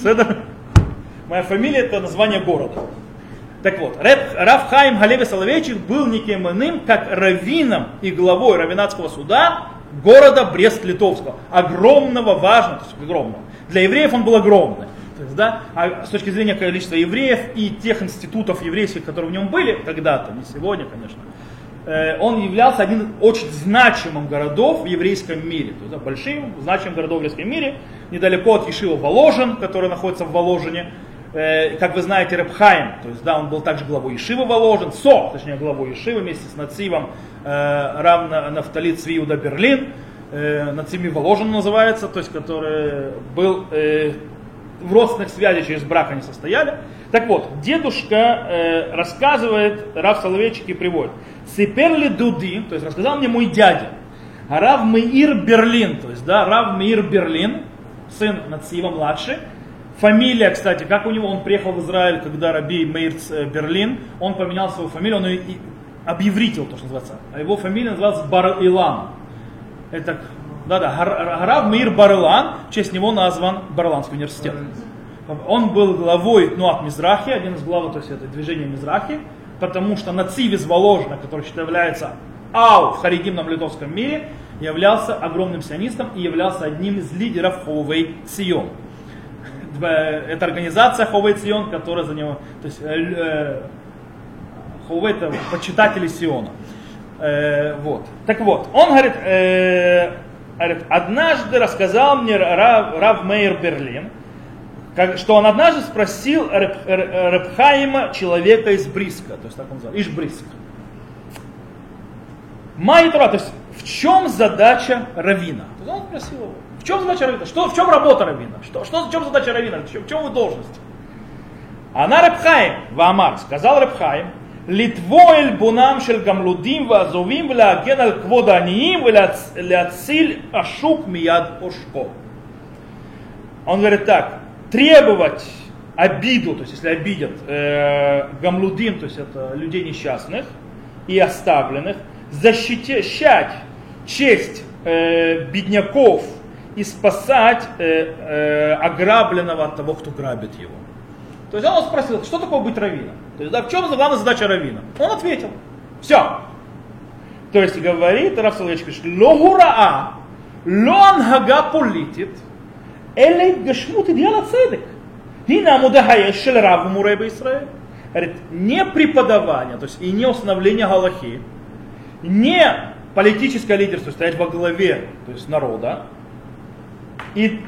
Моя фамилия это название города. Так вот, Рав Хаим Галеви Соловейчик был никем иным, как раввином и главой раввинатского суда города Брест-Литовского. Огромного, важного, то есть огромного. Для евреев он был огромный. То есть, да, а с точки зрения количества евреев и тех институтов еврейских, которые в нем были когда-то, не сегодня, конечно, он являлся одним из очень значимых городов в еврейском мире. То есть, да, большим, значимым городом в еврейском мире, недалеко от Ешива Воложен, который находится в Воложине. Как вы знаете, Реб Хаим, то есть, да, он был также главой Ешивы Воложен, точнее главой Ешивы вместе с Нацивом Рав Нафтали Цви Иуда Берлин, Нацими Воложен называется, то есть, который был в родственных связях через брак они состояли. Так вот, дедушка рассказывает, Рав Соловейчик и приводит. Сиперли Дуди, то есть рассказал мне мой дядя, Рав Меир Берлин, то есть, да, Рав Меир Берлин, сын Нацива младший. Фамилия, кстати, как у него, он приехал в Израиль, когда Раби Меир Берлин, он поменял свою фамилию, он ее объевритил, то, что называется. А его фамилия называлась Бар-Илан. Это, Рав Меир Бар-Илан, в честь него назван Барланский университет. Он был главой Тнуат Мизрахи, один из глав, то есть это движение Мизрахи, потому что Нацив из Воложина, который является в харидимном литовском мире, являлся огромным сионистом и являлся одним из лидеров Ховей Цион. Это организация Ховей Цион, которая за него, то есть Ховей это почитатели Сиона. Вот. Так вот, он говорит, однажды рассказал мне Рав Меир Берлин, что он однажды спросил Реб Хаима, человека из Бриска, то есть так он называл, Иш Бриск. Майя-Тора, то есть в чем задача раввина? То есть он спросил его, в чем задача раввина? В чем работа раввина? В чем задача раввина? В чем его должность? Она Реб Хаим, Ваамар, сказал Реб Хаим, Литво эль бунам шель гамлудим вазовим вляген аль квода аниим вляциль ашук мияд ошко. Он говорит так, требовать обиду, то есть если обидят гамлудим, то есть это людей несчастных и оставленных, защищать честь бедняков и спасать ограбленного от того, кто грабит его. То есть он спросил, что такое быть раввином? То есть, да, в чем главная задача раввина? Он ответил. Все. То есть говорит Рав Соловейчик, ло гураа, ло анхага политит, элей гашмут идеала цедек. Хина амудахая шель рав мурей б'Исраэль. Говорит, не преподавание, то есть и не установление галахи, не политическое лидерство, стоять во главе, то есть народа, и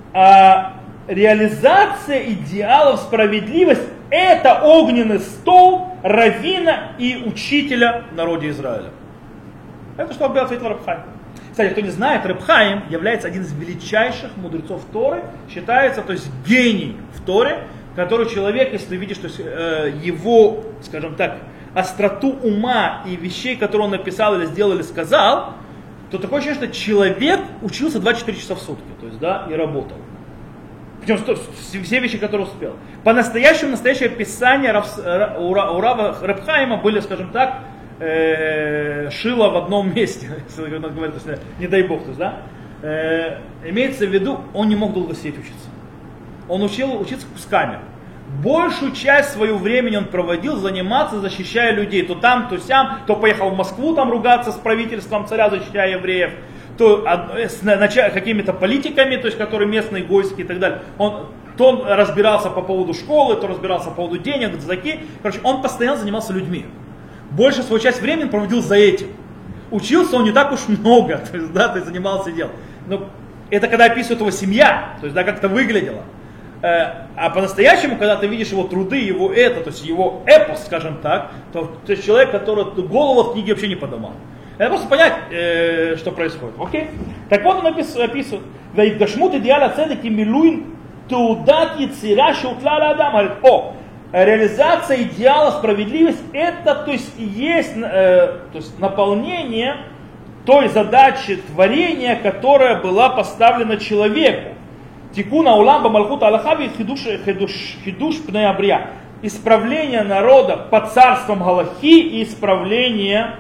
реализация идеалов справедливости – это огненный стол раввина и учителя в народе Израиля. Это что ответил Реб Хаим. Кстати, кто не знает, Реб Хаим является один из величайших мудрецов Торы, считается, то есть гений в Торе, который человек, если ты видишь, то есть, его, скажем так, остроту ума и вещей, которые он написал или сделал или сказал, то такое ощущение, что человек учился 24 часа в сутки, то есть, да, и работал. Причем все вещи, которые успел. По-настоящему, настоящее писание у Рава Реб Хаима были, скажем так, шило в одном месте, если говорить, не дай бог, то есть, да, имеется в виду, он не мог долго сидеть учиться. Он учиться кусками. Большую часть своего времени он проводил заниматься, защищая людей. То там, то сям, то поехал в Москву там ругаться с правительством царя, защищая евреев, то с какими-то политиками, то есть которые местные, гойские и так далее. То он разбирался по поводу школы, то разбирался по поводу денег, заки. Короче, он постоянно занимался людьми. Большую свою часть времени проводил за этим. Учился он не так уж много, то есть, да, ты занимался делом. Но это когда описывает его семья, то есть, да, как это выглядело. А по-настоящему, когда ты видишь его труды, его то есть его эпос, скажем так, то есть человек, который голову в книге вообще не поднимал. Это просто понять, что происходит. Окей? Так вот он описывает. Ваидгашмут идеала цедек и милуин тудат яцира шеутла адам. Говорит, реализация идеала справедливость, это то есть и есть то есть наполнение той задачи творения, которая была поставлена человеку. Тикуна уламба малхута аллахави хидуш пнеабрия. Исправление народа под царством Галахи и исправление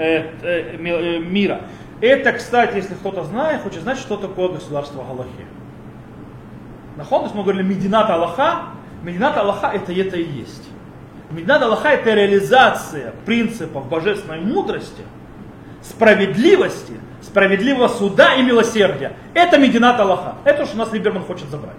мира. Это, кстати, если кто-то знает, хочет знать, что такое государство Галахи. Находимся, мы говорили, Мединат Аллаха. Мединат Аллаха это и есть. Мединат Аллаха это реализация принципов божественной мудрости, справедливости, справедливого суда и милосердия. Это Мединат Аллаха. Это что у нас Либерман хочет забрать.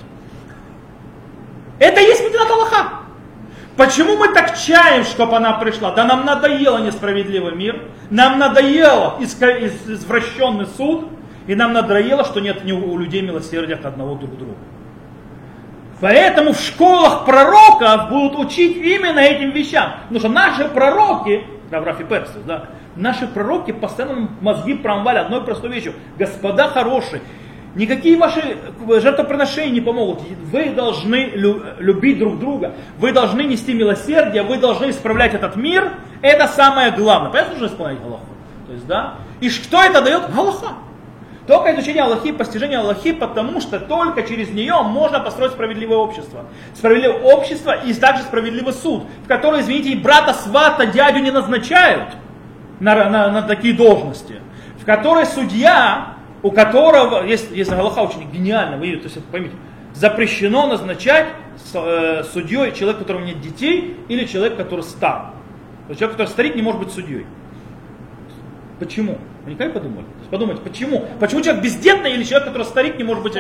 Это и есть Мединат Аллаха. Почему мы так чаем, чтобы она пришла? Да нам надоело несправедливый мир, нам надоело извращенный суд, и нам надоело, что нет у людей милосердия к одного друг другу. Поэтому в школах пророков будут учить именно этим вещам. Потому что наши пророки, Рафи Персис, да, наши пророки постоянно мозги промывали одной простой вещью. Господа хорошие, никакие ваши жертвоприношения не помогут. Вы должны любить друг друга, вы должны нести милосердие, вы должны исправлять этот мир. Это самое главное. Поэтому нужно исполнять Галаху. То есть, да? И что это дает? Галаха. Только изучение Аллахи, постижение Аллахи, потому что только через нее можно построить справедливое общество. Справедливое общество и также справедливый суд, в который, извините, и брата, свата, дядю не назначают на такие должности. В которой судья, у которого, есть Аллаха очень гениально, вы то есть, поймите, запрещено назначать судьей человека, у которого нет детей, или человек, который стар. То есть человек, который старик, не может быть судьей. Почему? Вы никогда не подумали? Подумайте, почему? Почему человек бездетный или человек, который старик, не может быть...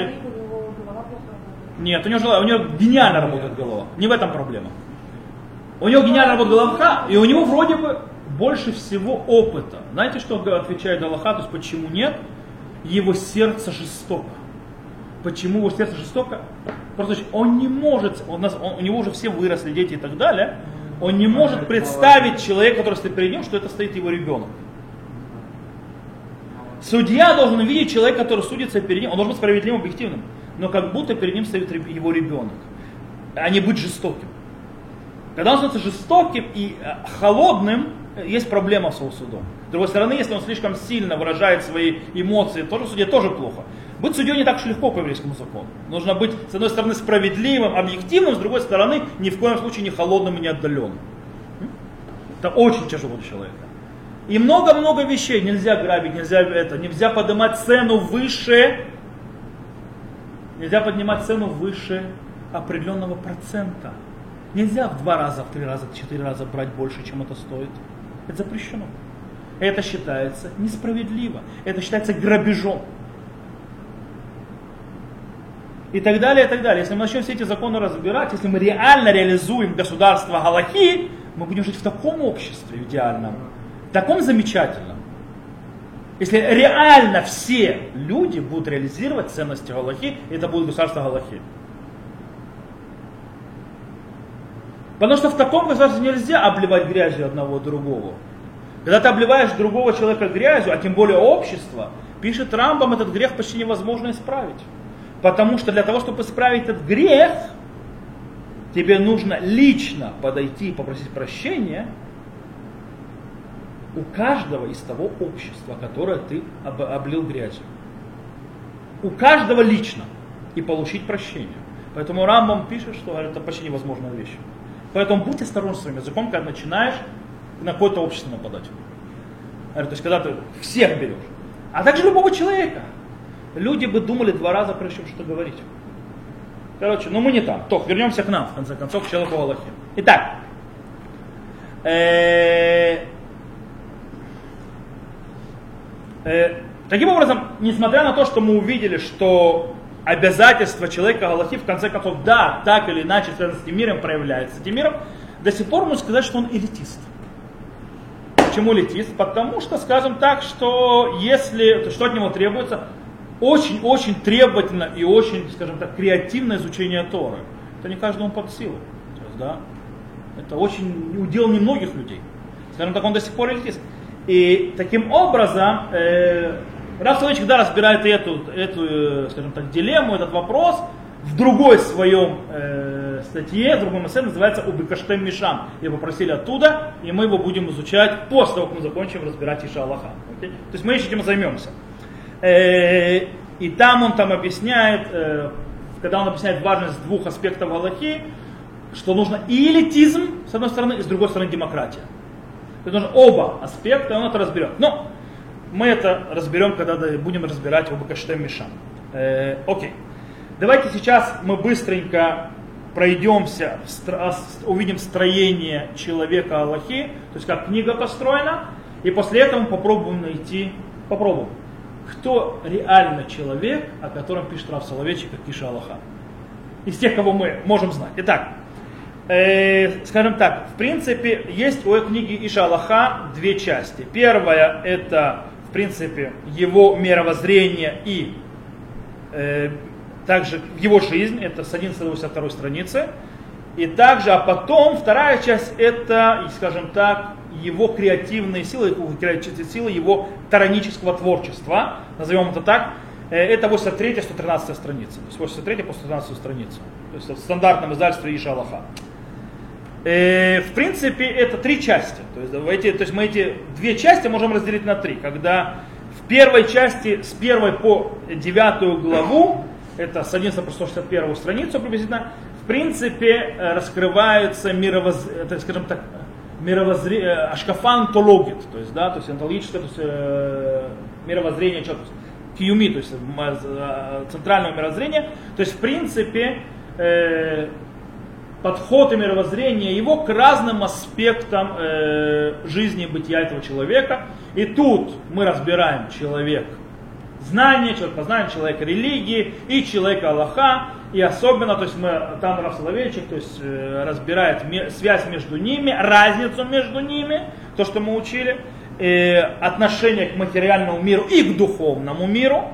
Нет, у него гениально работает голова. Не в этом проблема. У него гениально работает голова, и у него вроде бы больше всего опыта. Знаете, что отвечает Аллаха? То есть почему нет? Его сердце жестоко. Почему его сердце жестоко? Просто он не может, у него уже все выросли, дети и так далее. Он не может представить человека, который стоит перед ним, что это стоит его ребенок. Судья должен видеть человека, который судится перед ним, он должен быть справедливым, объективным, но как будто перед ним стоит его ребенок, а не быть жестоким. Когда он становится жестоким и холодным, есть проблема с его судом. С другой стороны, если он слишком сильно выражает свои эмоции, тоже судья тоже плохо. Быть судьей не так уж легко по еврейскому закону. Нужно быть, с одной стороны, справедливым, объективным, с другой стороны, ни в коем случае не холодным и не отдаленным. Это очень тяжело для человека. И много-много вещей. Нельзя грабить, нельзя поднимать цену выше, определенного процента. Нельзя в 2 раза, в 3 раза, в 4 раза брать больше, чем это стоит. Это запрещено. Это считается несправедливо. Это считается грабежом. И так далее, и так далее. Если мы начнем все эти законы разбирать, если мы реально реализуем государство Галахи, мы будем жить в таком обществе идеальном, таком замечательном. Если реально все люди будут реализировать ценности Галахи, это будет государство Галахи. Потому что в таком государстве нельзя обливать грязью одного другого. Когда ты обливаешь другого человека грязью, а тем более общество, пишет Рамбам, этот грех почти невозможно исправить. Потому что для того, чтобы исправить этот грех, тебе нужно лично подойти и попросить прощения у каждого из того общества, которое ты облил грязью. У каждого лично. И получить прощение. Поэтому Рамбам пишет, что это почти невозможная вещь. Поэтому будь осторожен с своим языком, когда начинаешь на какое-то общество нападать. То есть когда ты всех берешь. А также любого человека. Люди бы думали 2 раза, прежде чем что-то говорить. Короче, мы не там. То, вернемся к нам, в конце концов, к человеку Аллахе. Итак. Таким образом, несмотря на то, что мы увидели, что обязательство человека Галахи, в конце концов, да, так или иначе, связано с этим миром, проявляется этим миром, до сих пор можно сказать, что он элитист. Почему элитист? Потому что, скажем так, что что от него требуется, очень-очень требовательно и очень, скажем так, креативное изучение Торы. Это не каждому под силу. Да? Это очень удел немногих людей. Скажем так, он до сих пор элитист. И таким образом, Рав Соловейчик, да, разбирает эту, скажем так, дилемму, этот вопрос в другой своем статье, в другом эссе, называется «Убекаштем Мишам». Его попросили оттуда, и мы его будем изучать после того, как мы закончим разбирать Иша Аллаха. Okay? То есть мы еще этим займемся. И там он объясняет, когда он объясняет важность двух аспектов Аллахи, что нужно и элитизм, с одной стороны, и с другой стороны демократия. То есть нужно оба аспекта, и он это разберет. Но мы это разберем, когда будем разбирать Убекаштем Мишам. Окей. Давайте сейчас мы быстренько пройдемся, увидим строение человека Аллахи, то есть как книга построена, и после этого мы попробуем, кто реально человек, о котором пишет Рав Соловейчик, как Иша Аллаха. Из тех, кого мы можем знать. Итак, скажем так, в принципе, есть у этой книги Иша Аллаха две части. Первая — это, в принципе, его мировоззрение и также его жизнь, это с 11 до 82 страницы. И также, а потом, вторая часть, это, скажем так, его креативные силы, его таранического творчества, назовем это так. Это 83-113 страница. То есть 83 по 113 страницу. То есть в стандартном издательстве Иша Аллаха. В принципе, это три части. То есть мы эти две части можем разделить на три. Когда в первой части, с 1 по 9 главу, это с 11 по 161 страницу приблизительно, в принципе, раскрывается скажем так, ашкафантологит, то есть, да, то есть онтологическое, то есть, мировоззрение человека, киюми, то есть центрального мировоззрения, то есть в принципе подход и мировоззрение его к разным аспектам жизни и бытия этого человека. И тут мы разбираем человек знания, человек познания, человек религии и человек Аллаха. И особенно, то есть там Рав Соловейчик, то есть разбирает связь между ними, разницу между ними, то, что мы учили, отношение к материальному миру и к духовному миру.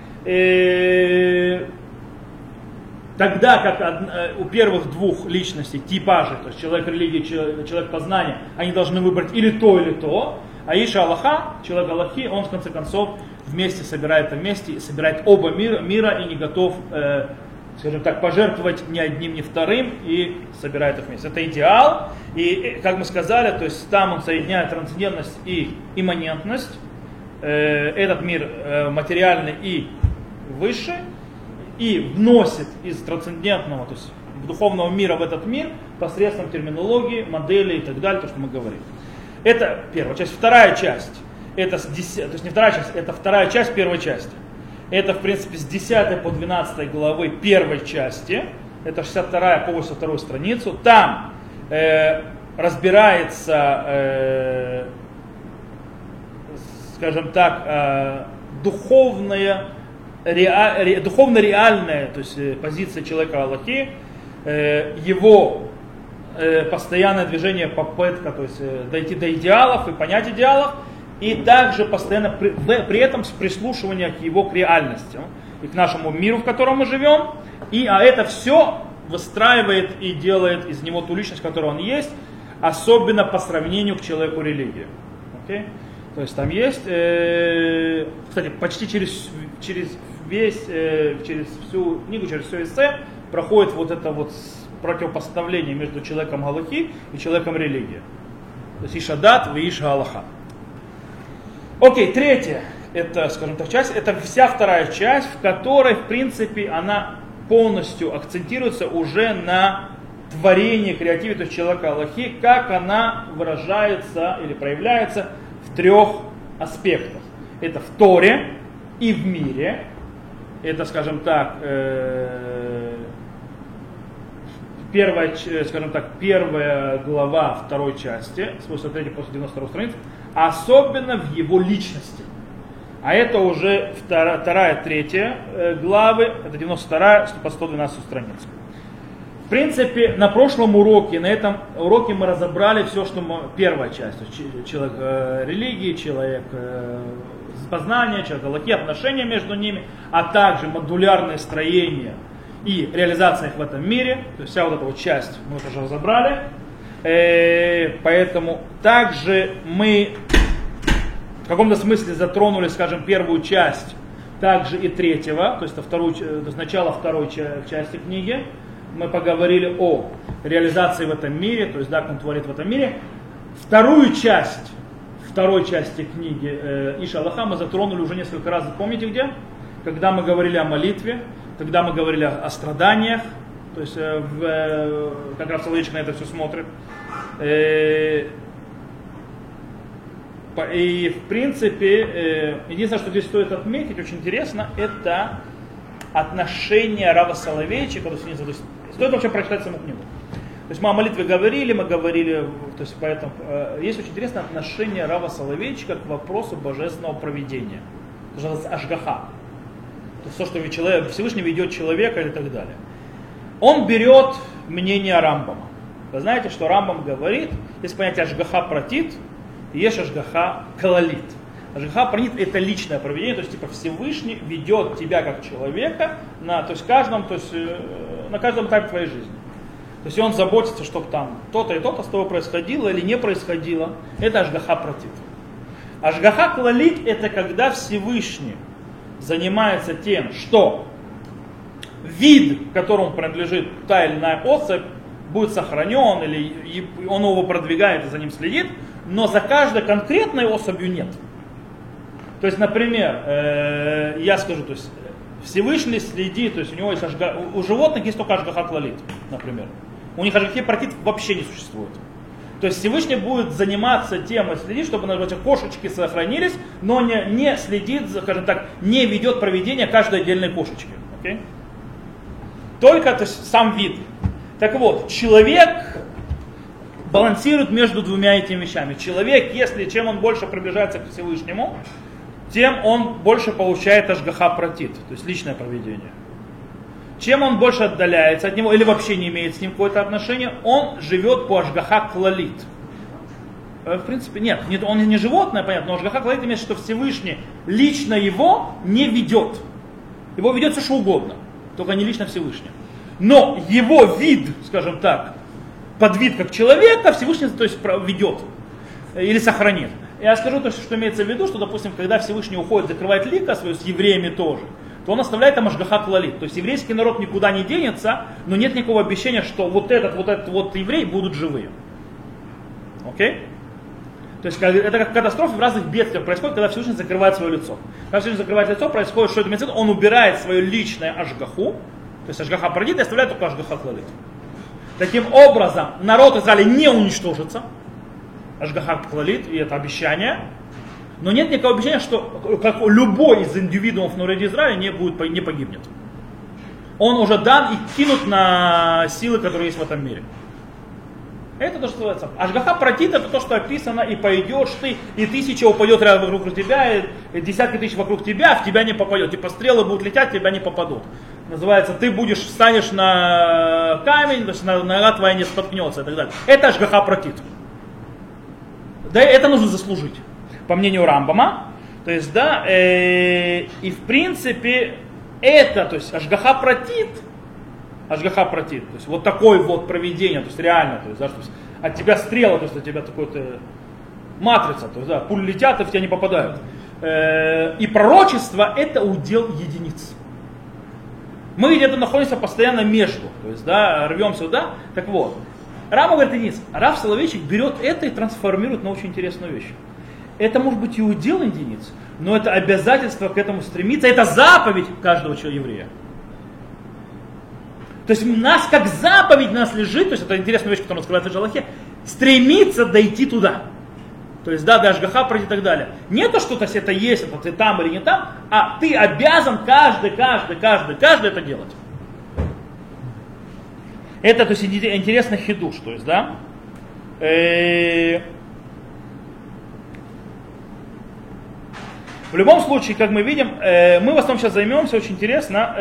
Тогда как у первых двух личностей, типажей, то есть человек религии, человек познания, они должны выбрать или то, а Иша Аллаха, человек Аллахи, он в конце концов вместе собирает это вместе, собирает оба мира и не готов, скажем так, пожертвовать ни одним, ни вторым и собирает их вместе. Это идеал, и, как мы сказали, то есть там он соединяет трансцендентность и имманентность, этот мир материальный и высший, и вносит из трансцендентного, то есть духовного мира в этот мир посредством терминологии, моделей и так далее, то, что мы говорим. Это первая часть. Вторая часть, это то есть не вторая часть, это вторая часть первой части. Это, в принципе, с 10 по 12 главы первой части, это 62 по 82 страницу. Там разбирается, скажем так, духовно-реальная, то есть позиция человека Аллахи, его постоянное движение, попытка, то есть дойти до идеалов и понять идеалов, и также постоянно при этом прислушивание к его реальности и к нашему миру, в котором мы живем. А это все выстраивает и делает из него ту личность, которая он есть, особенно по сравнению к человеку религии. Okay? То есть там есть, кстати, почти через всю книгу, через все эссе проходит вот это вот противопоставление между человеком Аллахи и человеком религии. То есть Иша Дат и Иша Аллаха. Окей, третья, это, скажем так, часть, это вся вторая часть, в которой, в принципе, она полностью акцентируется уже на творении, креативе, то есть человека Аллахи, как она выражается или проявляется в трех аспектах. Это в Торе и в мире. Это, скажем так, первая глава второй части, с 83 по 92 страницы, особенно в его личности. А это уже вторая, третья главы, это 92 по 112 страницу. В принципе, на прошлом уроке, на этом уроке мы разобрали все, что первая часть. То есть человек религии, человек познания, человек Аллахи, отношения между ними, а также модулярное строение и реализация их в этом мире. То есть вся вот эта вот часть мы уже разобрали. Поэтому также мы каком-то смысле затронули, скажем, первую часть, также и третьего, то есть начало второй части книги. Мы поговорили о реализации в этом мире, то есть да, как он творит в этом мире. Вторую часть второй части книги Иша Аллаха мы затронули уже несколько раз, помните где? Когда мы говорили о молитве, когда мы говорили о страданиях, то есть как раз Соловейчик на это все смотрит. И в принципе, единственное, что здесь стоит отметить, очень интересно, это отношение Рава Соловейчика, то есть стоит вообще прочитать саму книгу. То есть мы о молитве говорили, то есть поэтому есть очень интересное отношение Рава Соловейчика к вопросу божественного провидения. Это называется ашгаха. То есть то, что Всевышний ведет человека и так далее. Он берет мнение Рамбама. Вы знаете, что Рамбам говорит, есть понятие ашгаха пратит, и есть ашгаха клалит. Ашгаха пратит это личное провидение, то есть типа Всевышний ведет тебя как человека на каждом этапе твоей жизни. То есть он заботится, чтобы там то-то и то-то с тобой происходило или не происходило. Это ашгаха пратит. Ашгаха клалит это когда Всевышний занимается тем, что вид, которому принадлежит та или иная особь, будет сохранен, или он его продвигает и за ним следит, но за каждой конкретной особью нет. То есть, например, я скажу, то есть Всевышний следит, то есть у него есть у животных есть только ашгаха клалит, например. У них ашгахи пратит вообще не существует. То есть Всевышний будет заниматься тем и следить, чтобы эти кошечки сохранились, но не следит, скажем так, не ведет проведение каждой отдельной кошечки. Okay? Только то есть, сам вид. Так вот, человек балансирует между двумя этими вещами. Человек, чем он больше приближается к Всевышнему, тем он больше получает ашгаха пратит, то есть личное проведение. Чем он больше отдаляется от него или вообще не имеет с ним какое-то отношение, он живет по ашгаха клалит. В принципе, нет, он не животное, понятно, но ашгаха клалит имеет, что Всевышний лично его не ведет. Его ведет все что угодно, только не лично Всевышний. Но его вид, скажем так, подвид как человека, Всевышний то есть, ведет или сохранит. Я скажу то, что имеется в виду, что, допустим, когда Всевышний уходит, закрывает лика свою с евреями тоже, то он оставляет там ашгаха клалит. То есть еврейский народ никуда не денется, но нет никакого обещания, что вот этот еврей будут живые. Окей? То есть это как катастрофа в разных бедствиях происходит, когда Всевышний закрывает свое лицо. Когда Всевышний закрывает лицо, происходит, что это имеется в виду, он убирает свое личное ашгаху, то есть ашгаха пратит и оставляет только ашгаха клалит. Таким образом, народ Израиля не уничтожится, ашгаха клалит, и это обещание. Но нет никакого обещания, что как любой из индивидуумов в народе Израиля не погибнет. Он уже дан и кинут на силы, которые есть в этом мире. Это то, что называется. Ашгаха пратит, это то, что описано, и пойдешь ты, и тысяча упадет рядом вокруг тебя, и десятки тысяч вокруг тебя, в тебя не попадет. Типа стрелы будут лететь, в тебя не попадут. Называется, ты встанешь на камень, то есть нога твоя не споткнется и так далее. Это ашгаха пратит. Да, это нужно заслужить. По мнению Рамбама, то есть, да, и в принципе это, то есть ашгаха пратит, то есть вот такое вот провидение, то есть реально, то есть, да, что от тебя стрела, то есть от тебя такой-то матрица, то есть, да, пули летят и в тебя не попадают. И пророчество это удел единиц. Мы где-то находимся постоянно между, то есть, да, рвем сюда, так вот. Рама говорит, единиц, Рав Соловейчик берет это и трансформирует на очень интересную вещь. Это может быть и удел единиц, но это обязательство к этому стремиться, это заповедь каждого еврея. То есть нас как заповедь нас лежит, то есть это интересная вещь, которая раскрывается в Аллахе, стремиться дойти туда. То есть да, до ашгаха пройти и так далее. Не то, что то есть, это есть, это ты там или не там, а ты обязан каждый это делать. Это то есть интересный хидуш, то есть да. В любом случае, как мы видим, мы в основном сейчас займемся, очень интересно,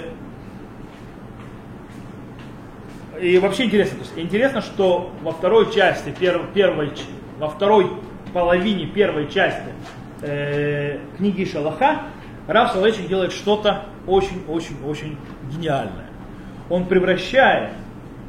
и вообще интересно, то есть интересно, что во второй части, во второй половине первой части книги Иша Аллаха, Рав Соловейчик делает что-то очень гениальное. Он превращает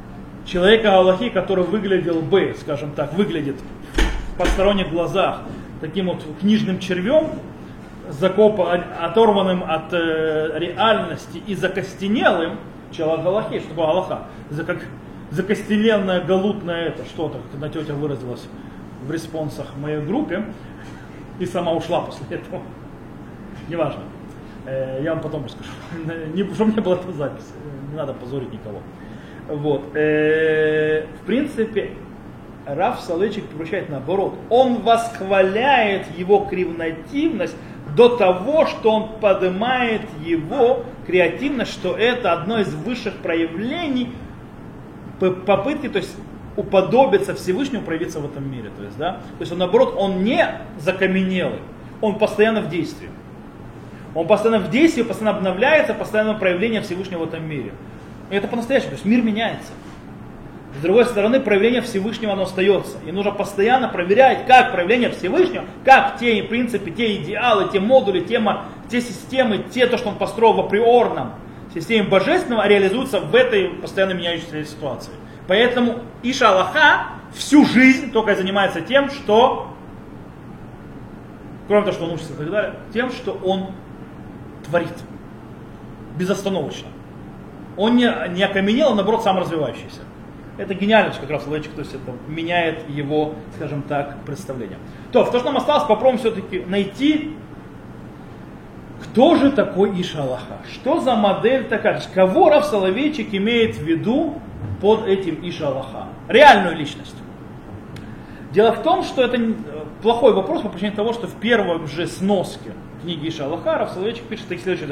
человека Аллахи, который выглядит в посторонних глазах, таким вот книжным червем, оторванным от реальности и закостенелым, человек Галахи, что такое Галаха? Как закостенелое, галутное это что-то, как одна тетя выразилась в респонсах в моей группе и сама ушла после этого. Неважно. Я вам потом расскажу. Чтобы не было это записи. Не надо позорить никого. Вот. В принципе, Рав Соловейчик превращает наоборот. Он восхваляет его креативность до того, что он поднимает его креативность, что это одно из высших проявлений попытки, то есть уподобиться Всевышнему, проявиться в этом мире. То есть, да? То есть он, наоборот, он не закаменелый, он постоянно в действии. Он постоянно в действии, постоянно обновляется, постоянное проявление Всевышнего в этом мире. И это по-настоящему, то есть мир меняется. С другой стороны, проявление Всевышнего оно остается. И нужно постоянно проверять, как проявление Всевышнего, как те принципы, те идеалы, те модули, те системы, то, что он построил в априорном системе божественного, реализуются в этой постоянно меняющейся ситуации. Поэтому Иша Аллаха всю жизнь только занимается тем, что, кроме того, что он учится и так далее, тем, что он творит безостановочно. Он не окаменел, а наоборот саморазвивающийся. Это гениальность как раз Соловейчик, то есть это меняет его, скажем так, представление. То, что нам осталось, попробуем все-таки найти, кто же такой Иша Аллаха, что за модель такая, кого Рав Соловейчик имеет в виду под этим Иша Аллаха, реальную личность. Дело в том, что это плохой вопрос по причине того, что в первом же сноске книги Иша Аллаха Рав Соловейчик пишет следующее.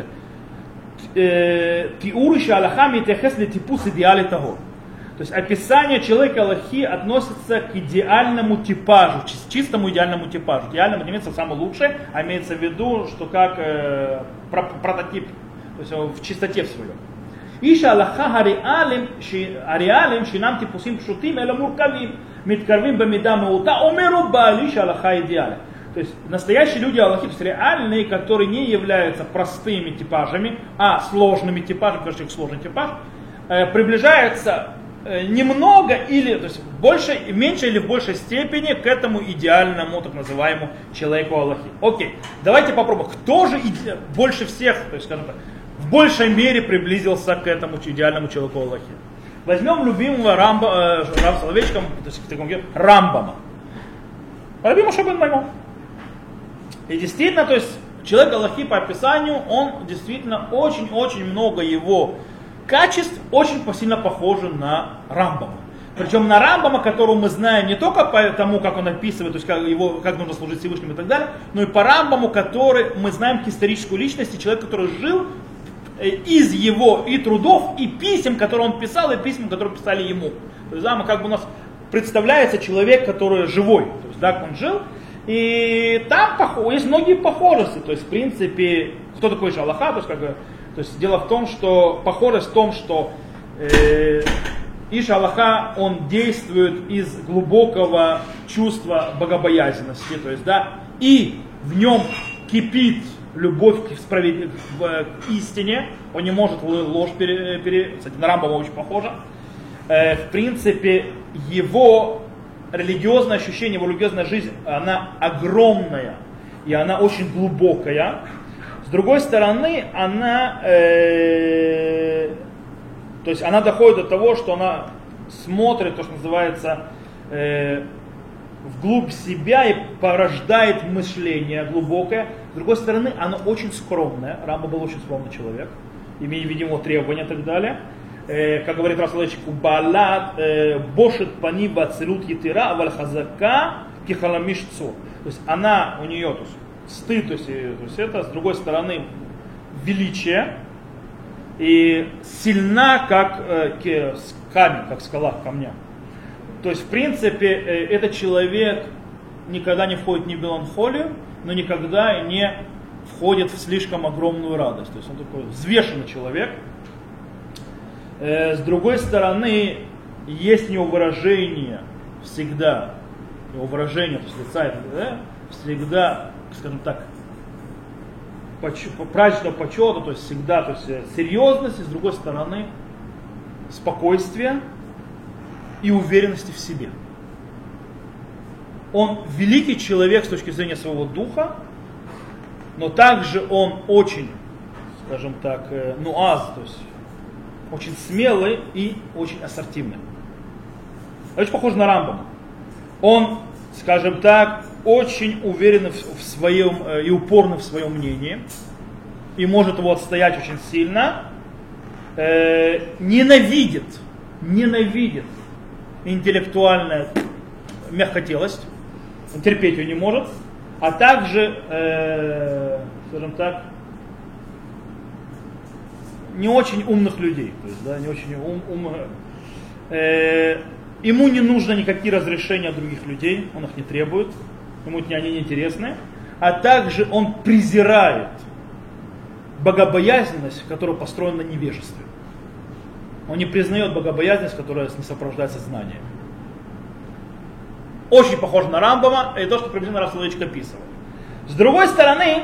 Тиур Иша Аллаха митехес летипус идеали того. То есть описание человека Аллахи относится к идеальному типажу, чистому идеальному типажу. Идеальному не имеется самое лучшее, а имеется в виду, что как прототип, то есть в чистоте в своем. Иша Аллаха ариалим шинам типусим пшутим эла муркавим миткарвим бамида маута омеру баали Иша Аллаха идеале. То есть настоящие люди Аллахи, то есть реальные, которые не являются простыми типажами, а сложными типажами, потому что их сложный типаж, приближаются немного или, то есть в меньшей или в большей степени к этому идеальному, так называемому человеку Аллахи. Окей, давайте попробуем, кто же больше всех, то есть, скажем так, в большей мере приблизился к этому идеальному человеку Аллахи. Возьмем любимого Рав Соловейчика, то есть Рамбама. Раби Моше бен Маймон. И действительно, то есть человек Аллахи по описанию, он действительно очень-очень много его качеств очень сильно похожи на Рамбама. Причем на Рамбама, которого мы знаем не только по тому, как он описывает, то есть как нужно служить Всевышнему и так далее, но и по Рамбаму, который мы знаем как историческую личность, человек, который жил из его и трудов, и писем, которые он писал, и писем, которые писали ему. То есть, да, как бы у нас представляется человек, который живой, то есть, да, он жил, и там есть многие похожести, то есть, в принципе, кто такой Иша Аллаха, то есть, как бы, то есть дело в том, что похожесть в том, что Иша Аллаха, он действует из глубокого чувства богобоязненности, то есть, да, и в нем кипит любовь к истине, он не может ложь кстати, на Рамбама очень похоже. В принципе, его религиозное ощущение, его религиозная жизнь, она огромная, и она очень глубокая. С другой стороны, она, то есть она доходит до того, что она смотрит, то, что называется, вглубь себя и порождает мышление глубокое. С другой стороны, она очень скромная. Рамба был очень скромный человек, имея, видимо, требования и так далее. Как говорит Рав Соловейчик, «Балат бошет пани бацирут етира вальхазака кихаламиш цур». То есть она, у нее, то есть, стыд, то есть это, с другой стороны, величие, и сильна, как камень, как скала, камня. То есть, в принципе, этот человек никогда не входит ни в меланхолию, но никогда не входит в слишком огромную радость. То есть он такой взвешенный человек. С другой стороны, есть его выражение всегда, его выражение, то есть лица, всегда, скажем так, праздничного почета, то есть всегда, то есть серьезность, и с другой стороны, спокойствие и уверенности в себе. он великий человек с точки зрения своего духа, но также он очень, скажем так, нуаз, то есть очень смелый и очень ассертивный. Очень похож на Рамбама. Он, скажем так, очень уверен в своем и упорный в своем мнении, и может его отстоять очень сильно, ненавидит интеллектуальная мягкотелость, он терпеть ее не может, а также, скажем так, не очень умных людей, то есть, да, не очень ему не нужно никакие разрешения от других людей, он их не требует, ему они не интересны, а также он презирает богобоязненность, которая построена на невежестве. Он не признает богобоязненность, которая не сопровождается знанием. Очень похож на Рамбама, и то, что приблизительно Рав Соловейчик описывал. С другой стороны,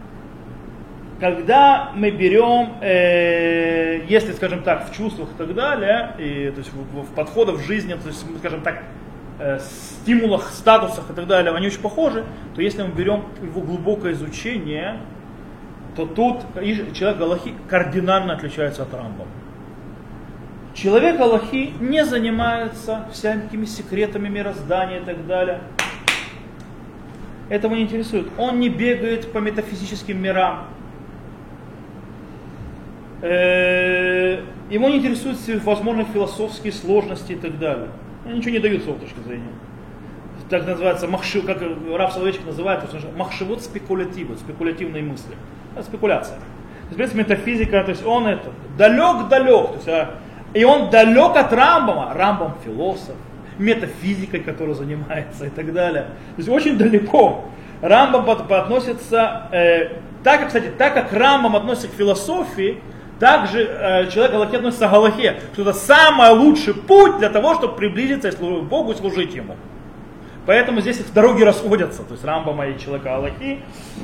когда мы берем, если, скажем так, в чувствах и так далее, и, то есть в подходах в жизни, то есть, скажем так, стимулах, статусах и так далее, они очень похожи, то если мы берем его глубокое изучение, то тут человек галахи кардинально отличается от Рамбама. Человек галахи не занимается всякими секретами мироздания и так далее. Это его не интересует. Он не бегает по метафизическим мирам. Его не интересуют возможные философские сложности и так далее. Они ничего не дают с его точки зрения. Так называется, как Рав Соловейчик называет, махшевот спекулятивные мысли. Спекуляция. То есть, в принципе, метафизика, то есть он это далек, то есть, и он далек от Рамбама. Рамбам философ, метафизикой, которой занимается и так далее. То есть очень далеко. Рамбам относится, так как Рамбам относится к философии, также человек галахи относится к галахе, что это самый лучший путь для того, чтобы приблизиться к Богу и служить Ему. Поэтому здесь их дороги расходятся, то есть Рамбама и человека галахи.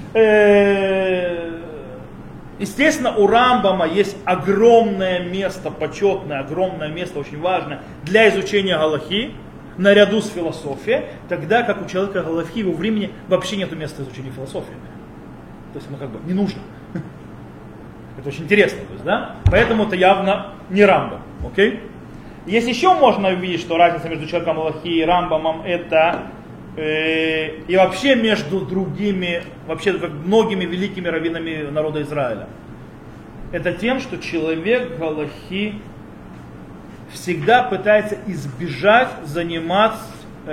Естественно, у Рамбама есть огромное место, почетное, огромное место, очень важное для изучения галахи, наряду с философией, тогда как у человека галахи его времени вообще нет места изучения философии. То есть ему как бы не нужно. Это очень интересно, то есть, да? Поэтому это явно не Рамбам. Окей? Если еще можно увидеть, что разница между человеком галахи и Рамбамом, это и вообще между другими, вообще многими великими раввинами народа Израиля. Это тем, что человек галахи всегда пытается избежать заниматься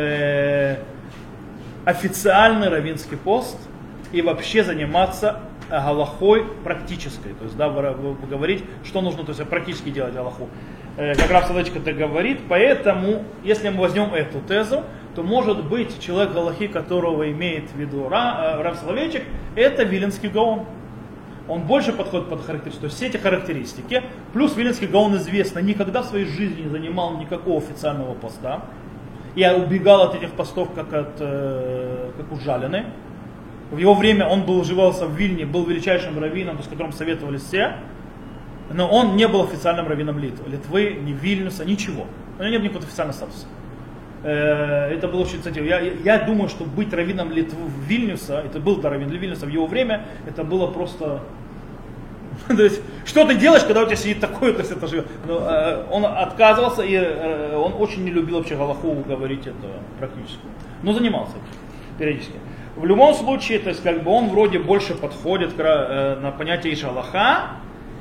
официальный раввинский пост и вообще заниматься галахой практической. То есть, да, говорить, что нужно, то есть, практически делать галаху. Как Рав Соловейчик это говорит, поэтому, если мы возьмем эту тезу, то может быть человек галахи, которого имеет в виду Рав Соловейчик, это Виленский Гаон. Он больше подходит под характеристику, то есть все эти характеристики. Плюс Виленский Гаон известно, никогда в своей жизни не занимал никакого официального поста. Я убегал от этих постов, как ужаленный. В его время он живался в Вильне, был величайшим раввином, с которым советовались все. Но он не был официальным раввином Литвы, ни Вильнюса, ничего. У него нет никакого официального статуса. Это было очень, кстати, я думаю, что быть раввином Вильнюса, это был раввин Вильнюса в его время, это было просто... То есть, что ты делаешь, когда у тебя сидит такой, то есть это же... Он отказывался, и он очень не любил вообще галаху говорить это практически. Но занимался периодически. В любом случае, то есть, как бы он вроде больше подходит на понятие иш галаха,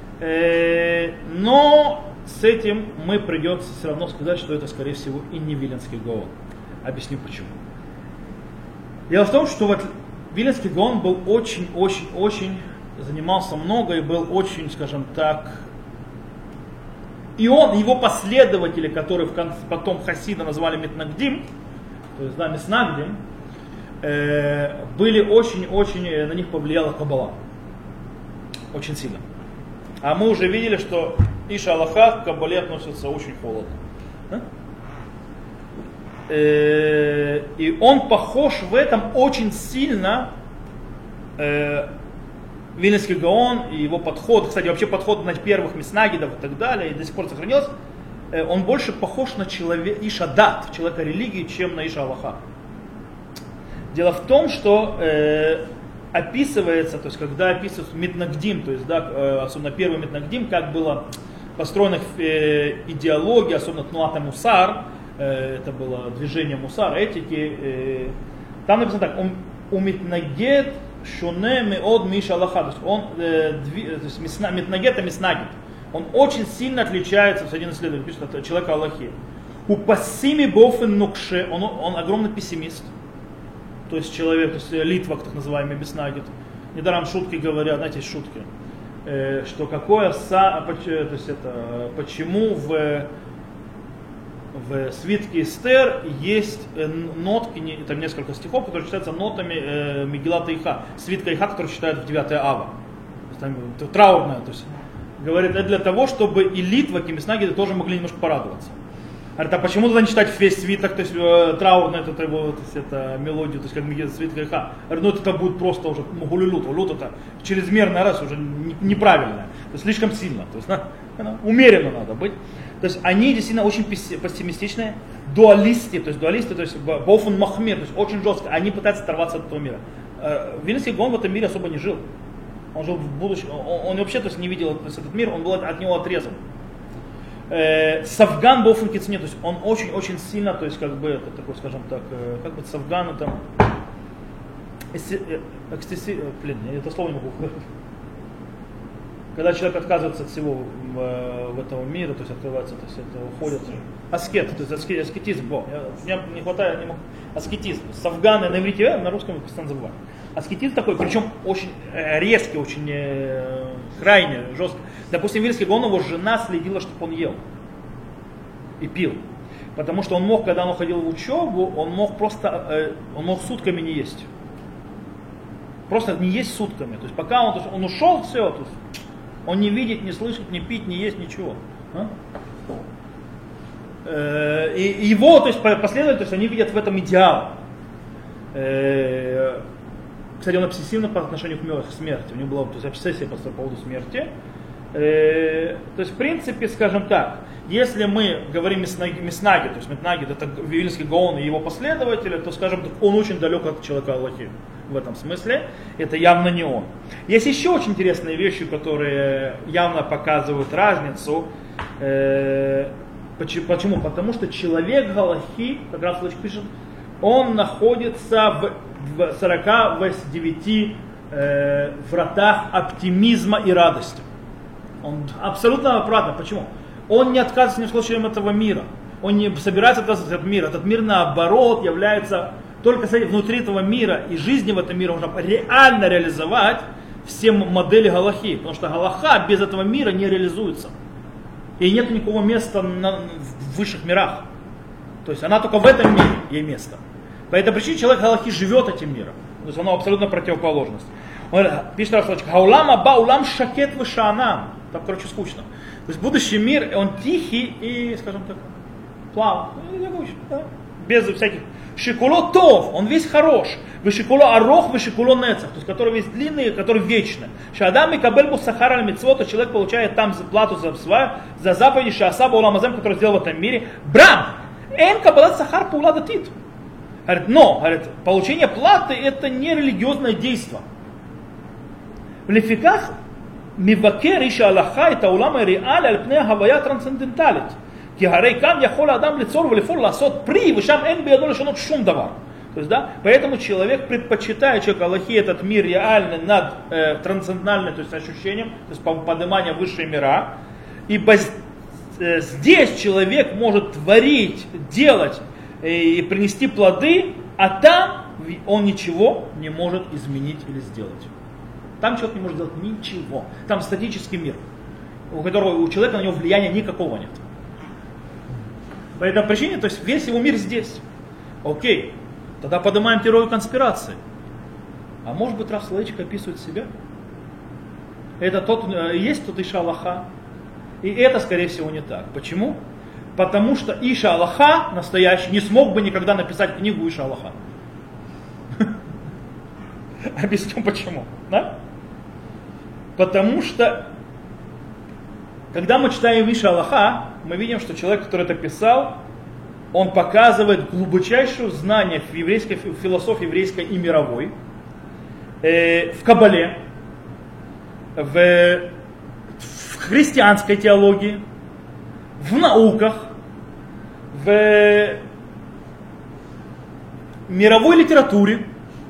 но с этим мы придется все равно сказать, что это, скорее всего, и не Виленский Гаон. Объясню почему. Дело в том, что вот Виленский Гаон был очень занимался много и был очень, скажем так, и его последователи, которые потом хасиды назвали Митнагдим, то есть, да, Миснагдим, были очень, на них повлияла Каббала. Очень сильно. А мы уже видели, что иш галаха к Каббале относится очень холодно. Да? И он похож в этом очень сильно Виленский Гаон и его подход, кстати, вообще подход на первых миснагидов и так далее, и до сих пор сохранился, он больше похож на иш адат, человека религии, чем на иш галаха. Дело в том, что описывается, то есть когда описывается Митнагдим, то есть, да, особенно первый Митнагдим, как было построена идеология, особенно Тнуата Мусар, это было движение Мусар, этики, там написано так, у Митнагет шуне меод миша Аллаха, то есть он, Митнагет это Миснагет, он очень сильно отличается, один исследователь пишет, от человека Аллахи. У пассими бофен нукше, он огромный пессимист, то есть человек, то есть Литвак, так называемый Миснагет. Недаром шутки говорят, знаете, шутки, что какое то есть это, почему в свитке Эстер есть нотки, там несколько стихов, которые считаются нотами Мегилата Иха, свитка Иха, который читают в 9 ава. Там, траурная, то есть говорит, это для того, чтобы и Литвак, и Миснагеты тоже могли немножко порадоваться. Говорит, а почему тогда не читать весь свиток, то есть траурную это мелодию, то есть как свитка Иха? Говорит, ну это будет просто уже гулюлют, лут это чрезмерная раз уже неправильная, то есть слишком сильно, то есть умеренно надо быть. То есть они действительно очень пессимистичные, дуалисты, то есть Бофун Махмир, то есть очень жестко, они пытаются оторваться от этого мира. Вильнюсский Гаон в этом мире особо не жил. Он жил в будущем, он вообще, то есть, не видел, то есть, этот мир, он был от него отрезан. Сафган Бофун Кицне, то есть он очень сильно, то есть как бы это такой, скажем так, как бы Сафган это, я это слово не могу. Когда человек отказывается от всего в этого мира, то есть открывается, то есть это уходит аскет, то есть аскетизм. Мне не хватает, не могу. Аскетизм. Сафганы на иврите, на русском я постоянно забываю. Аскетизм такой, причем очень резкий, очень крайне, жестко. Допустим, Вильнюсский Гаон, его жена следила, чтобы он ел и пил. Потому что он мог, когда он ходил в учебу, он мог сутками не есть. Просто не есть сутками. То есть пока он ушел, все, то есть, он не видит, не слышит, не пить, не есть, ничего. И его, то есть последователи, то есть они видят в этом идеал. Кстати, он обсессивно по отношению к смерти. У него была, то есть, обсессия по поводу смерти. То есть, в принципе, скажем так, если мы говорим Миснаги, то есть Митнагет, это Вильнюсский Гаон и его последователи, то, скажем так, он очень далек от человека Аллахи. В этом смысле, это явно не он. Есть еще очень интересные вещи, которые явно показывают разницу. Почему? Потому что человек Галахи, как раз Лыч пишет, он находится в 49 вратах оптимизма и радости. Он абсолютно обратно. Почему? Он не отказывается ни в случае от этого мира. Он не собирается отказываться от мира. Этот мир, наоборот, является... Только внутри этого мира и жизни в этом мире можно реально реализовать все модели Галахи. Потому что Галаха без этого мира не реализуется. И нет никакого места в высших мирах. То есть она только в этом мире ей место. По этой причине человек Галахи живет этим миром. То есть оно абсолютно противоположность. Он пишет Равслочка, Хаулам аба улам шакет вышанам. Там, короче, скучно. То есть будущий мир, он тихий и, скажем так, плавный. Без всяких... Шикуло тов, он весь хорош. Вышикуло арох, вышикуло нецах, то есть который весь длинный, который вечный. Шадам и кабельбу сахар аль мицвот, человек получает там плату за заповеди шаасаба уламазем, который сделал в этом мире. Брам! Эн кабалат сахар паула датит. Но, получение платы это не религиозное действие. В лефиках мивакер иша Аллаха это улама реаль аль пнея хавая трансценденталит. То есть, да, поэтому человек предпочитает человек Аллахи этот мир реальный над трансцендентальным, то есть ощущением, то есть подниманием высшие мира. Ибо здесь человек может творить, делать и принести плоды, а там он ничего не может изменить или сделать. Там человек не может сделать ничего. Там статический мир, у которого у человека на него влияния никакого нет. По этой причине, то есть весь его мир здесь. Окей, тогда поднимаем теорию конспирации. А может быть, Рав Соловейчик описывает себя? Это есть тот Иша Аллаха. И это, скорее всего, не так. Почему? Потому что Иша Аллаха, настоящий, не смог бы никогда написать книгу Иша Аллаха. Объясню почему. Да? Потому что, когда мы читаем Иша Аллаха, мы видим, что человек, который это писал, он показывает глубочайшее знание в еврейской в философии еврейской и мировой, в Кабале, в христианской теологии, в науках, в мировой литературе.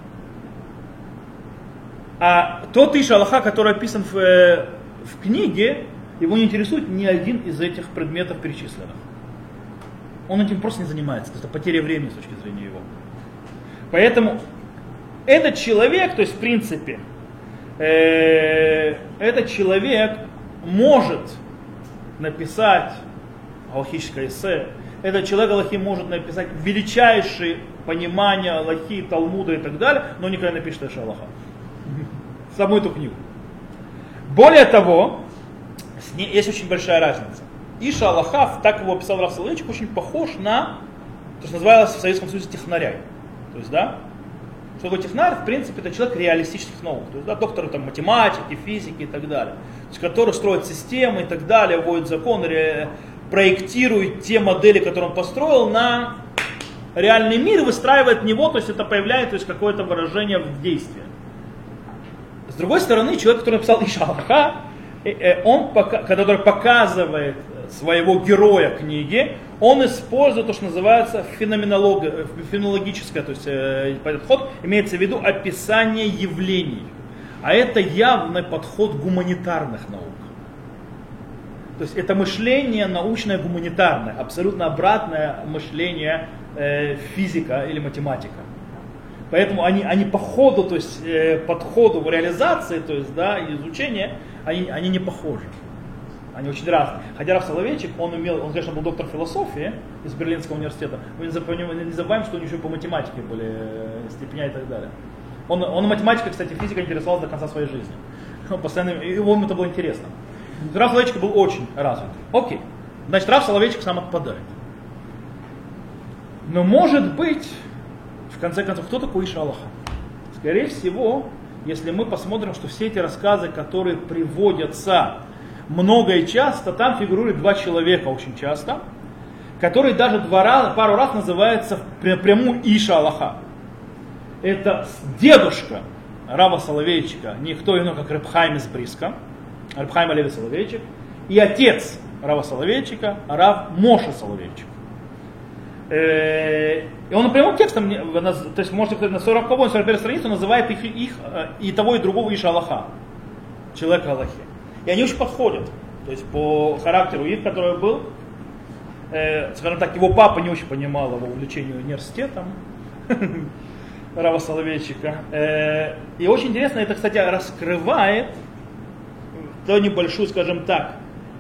А тот Иш Аллаха, который описан в книге, его не интересует ни один из этих предметов перечисленных. Он этим просто не занимается, это потеря времени с точки зрения его. Поэтому этот человек, то есть в принципе, этот человек может написать аллахическое эссе, этот человек Аллахи может написать величайшие понимания Аллахи, Талмуда и так далее, но никогда не напишет Иш Аллаха. Саму эту книгу. Более того, с ней есть очень большая разница. Иш Аллаха, так его описал Рав Соловейчик, очень похож на то, что называлось в Советском Союзе технаряй. То есть, да, что такое технарь, в принципе, это человек реалистических наук. То есть, да, доктор там, математики, физики и так далее. То есть, который строит системы и так далее, вводит законы, проектирует те модели, которые он построил, на реальный мир и выстраивает в него, то есть это появляется, то есть, какое-то выражение в действии. С другой стороны, человек, который написал Иш Аллаха, он, который показывает своего героя книги, он использует то, что называется феноменологическое, то есть подход, имеется в виду описание явлений. А это явный подход гуманитарных наук. То есть это мышление научное гуманитарное, абсолютно обратное мышление физика или математика. Поэтому они по ходу, то есть подходу в реализации, то есть да, изучения, они не похожи. Они очень разные. Хотя Рав Соловейчик, он, конечно, был доктор философии из Берлинского университета. Мы не забываем, что у него еще по математике были степеня и так далее. Он математикой, кстати, физикой интересовался до конца своей жизни. Он постоянно, ему это было интересно. Рав Соловейчик был очень развит. Окей. Значит, Рав Соловейчик сам отпадает. Но может быть, в конце концов, кто такой Иш Аллаха? Скорее всего, если мы посмотрим, что все эти рассказы, которые приводятся много и часто, там фигурируют два человека очень часто, которые даже пару раз называются прямую Иш Аллаха. Это дедушка Рава Соловейчика, никто иной, как Реб Хаим из Бриска, Реб Хаим Алеви Соловейчик, и отец Рава Соловейчика, Рав Моше Соловейчик. И он прямым текстом, то есть можете сказать, на 40-41 страницу называет их и того, и другого Иш Аллаха, человека Аллахи. И они очень подходят, то есть по характеру их, который был, скажем так, его папа не очень понимал его увлечение университетом, Рава Соловейчика. И очень интересно, это, кстати, раскрывает то небольшую, скажем так,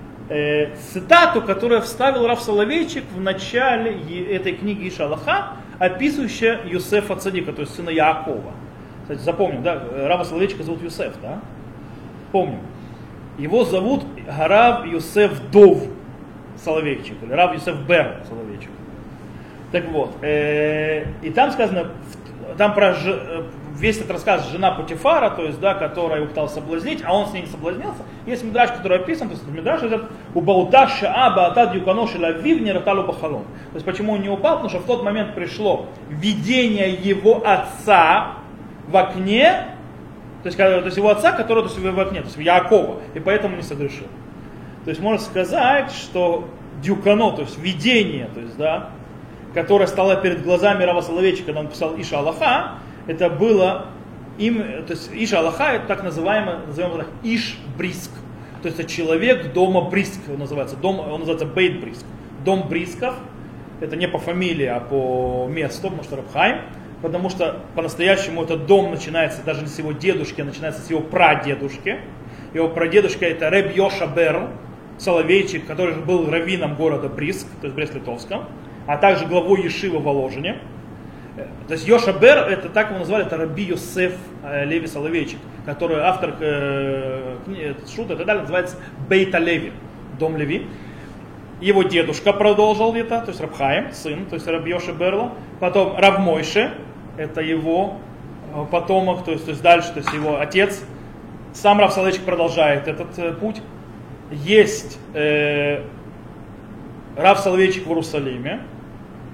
цитату, которую вставил Рав Соловейчик в начале этой книги Иш Аллаха, описывающая Юсефа Цадика, то есть сына Яакова. Кстати, запомним, да, Рава Соловейчика зовут Юсеф, да? Помним. Его зовут Рав Юсеф Дов Соловейчик, или Рав Юсеф Бер Соловейчик. Так вот, и там сказано, там про весь этот рассказ жена Путифара, то есть, да, которая его пыталась соблазнить, а он с ней не соблазнился. Есть мидраш, который описан, то есть мидраш идет у Бауташа Аба Атад Юканоши Лавив Нераталу Бахалон. То есть почему он не упал? Потому что в тот момент пришло видение его отца в окне, то есть его отца, который то есть, в окне, то есть Яакова, и поэтому не согрешил. То есть можно сказать, что Дюкано, то есть видение, то есть, да, которое стало перед глазами Рава Соловейчика, когда он писал Иш Аллаха, это было им, то есть Иш Аллаха, это так называемый, назовем его так, Иш Бриск. То есть это человек дома Бриск, он называется Бейт Бриск. Дом Брисков, это не по фамилии, а по месту, потому что Реб Хаим, потому что по-настоящему этот дом начинается даже не с его дедушки, а начинается с его прадедушки. Его прадедушка это Реб Йоша Бер Соловейчик, который был раввином города Бриск, то есть Брест-Литовском, а также главой Ешивы в Воложине. То есть Йоша Бер, это так его назвали, это Раби Йосеф Леви Соловейчик, который автор шута и так далее, называется Бейт Леви, дом Леви. Его дедушка продолжил это, то есть Реб Хаим, сын, то есть Раби Йоша Берла. Потом Рав Мойше, это его потомок, то есть дальше, то есть его отец. Сам Рав Соловейчик продолжает этот путь. Есть Рав Соловейчик в Иерусалиме.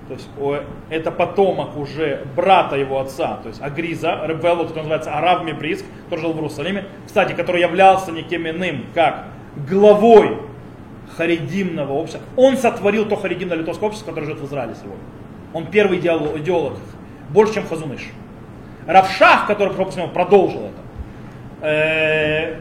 То есть это потомок уже брата его отца, то есть Агриза, Ребелу, который называется Арав Мебриск, который жил в Иерусалиме, кстати, который являлся никем иным, как главой харидимного общества. Он сотворил то харидимное литовское общество, которое живет в Израиле сегодня. Он первый идеолог, больше, чем Хазуныш. Рав Шах, который продолжил это.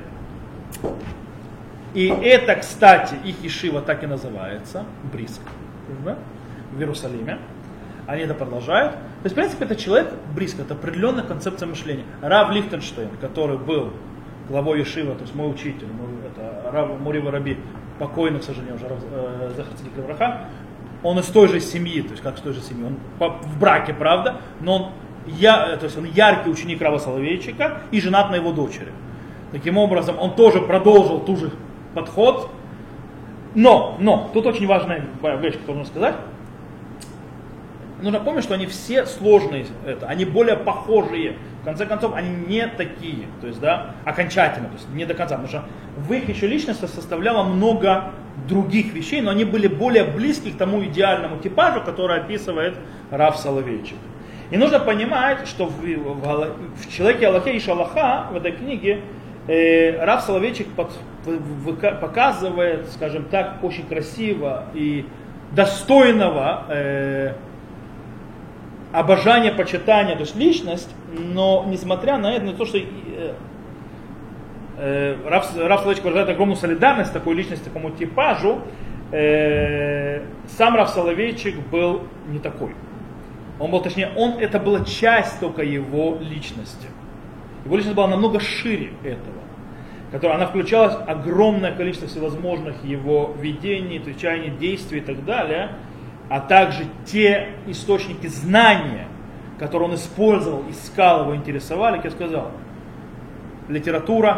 И это, кстати, их ешива так и называется, Бриск, в Иерусалиме. Они это продолжают. То есть, в принципе, это человек, Бриск, это определенная концепция мышления. Рав Лихтенштейн, который был главой ешива, то есть мой учитель, это Рав Мурива Раби, покойный, к сожалению, уже Захар Цадик Левраха, он из той же семьи, то есть как из той же семьи, он в браке, правда, но он яркий ученик Рава Соловейчика и женат на его дочери. Таким образом, он тоже продолжил ту же подход. Но, тут очень важная вещь, которую нужно сказать. Нужно помнить, что они все сложные, они более похожие. В конце концов, они не такие, то есть, окончательно, то есть не до конца. Потому что в их еще личности составляло много других вещей, но они были более близки к тому идеальному типажу, который описывает Рав Соловейчик. И нужно понимать, что в человеке Аллахе и Шалаха, в этой книге, Рав Соловейчик показывает, скажем так, очень красиво и достойного обожания, почитания, то есть личность, но несмотря на это, на то, что Рав Соловейчик выражает огромную солидарность такой личности, такому типажу, сам Рав Соловейчик был не такой. Это была часть только его личности. Его личность была намного шире этого. Она включала огромное количество всевозможных его видений, отвечаний, действий и так далее, а также те источники знания, которые он использовал, искал, его интересовали, как я сказал, литература,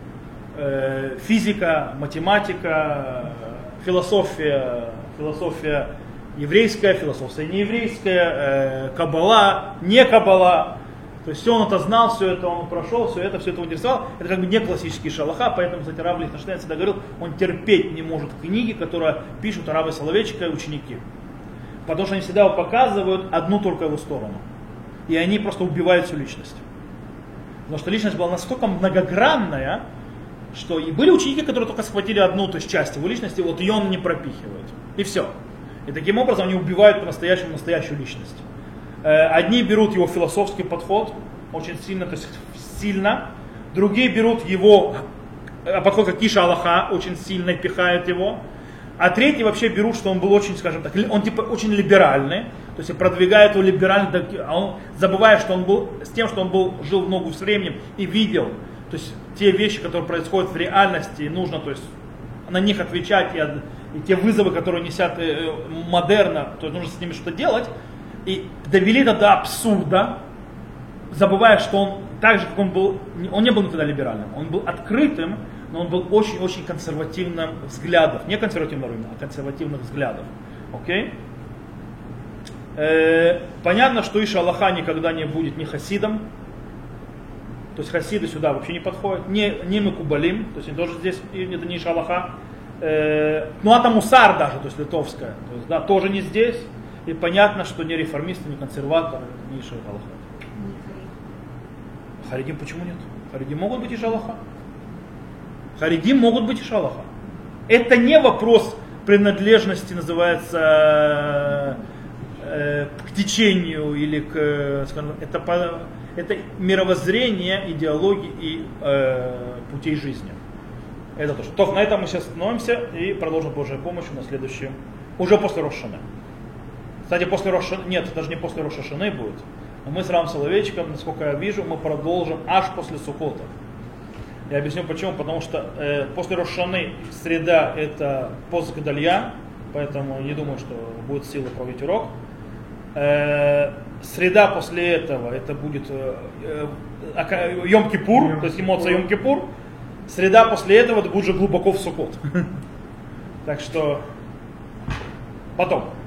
физика, математика, философия еврейская, философия нееврейская, каббала, не каббала. То есть все он это знал, все это он прошел, все это его интересовало. Это как бы не классический шалаха, поэтому, кстати, Рав Лихтенштейн всегда говорил, он терпеть не может книги, которые пишут Рава Соловейчика и ученики. Потому что они всегда показывают одну только его сторону. И они просто убивают всю личность. Потому что личность была настолько многогранная, что и были ученики, которые только схватили одну, то есть часть его личности, вот ее он не пропихивает. И все. И таким образом они убивают по-настоящему настоящую личность. Одни берут его философский подход очень сильно, то есть сильно. Другие берут его подход как Иша Аллаха, очень сильно пихают его. А третьи вообще берут, что он был очень, скажем так, он типа очень либеральный, то есть продвигает его либерально, а он забывает, что он был с тем, что он жил в ногу с временем и видел, то есть те вещи, которые происходят в реальности, и нужно, то есть на них отвечать, и те вызовы, которые несят модерна, то есть нужно с ними что-то делать, и довели это до абсурда, забывая, что он так же, как он был, он не был никогда либеральным, он был открытым, но он был очень-очень консервативным взглядов. Не консервативного уровня, а консервативных взглядов. Окей? Понятно, что Иша Аллаха никогда не будет ни хасидом. То есть хасиды сюда вообще не подходят. Не Мекубалим, то есть они тоже здесь, это не Иша Аллаха. Ну а там Мусар даже, то есть литовская. То есть, да, тоже не здесь. И понятно, что не реформисты, не консерваторы, не Иша Аллаха. Харидим почему нет? Харидим могут быть Иша Аллаха. Харидим могут быть Иша Аллаха. Это не вопрос принадлежности, называется, к течению или к, скажем, это мировоззрение, идеологии и путей жизни. Это тоже. То, на этом мы сейчас остановимся и продолжим Божьей помощью на следующем, уже после Рош ха-Шана. Кстати, после Рош ха-Шана, нет, даже не после Рош ха-Шаны будет. Но мы с Равом Соловейчиком, насколько я вижу, мы продолжим аж после Суккота. Я объясню почему, потому что после Рош ха-Шаны среда это пост Гдалья, поэтому не думаю, что будет сила проводить урок. Среда после этого это будет Йом-Кипур, то есть эмоция Йом-Кипур. Среда после этого это будет уже глубоко в Суккот. Так что потом.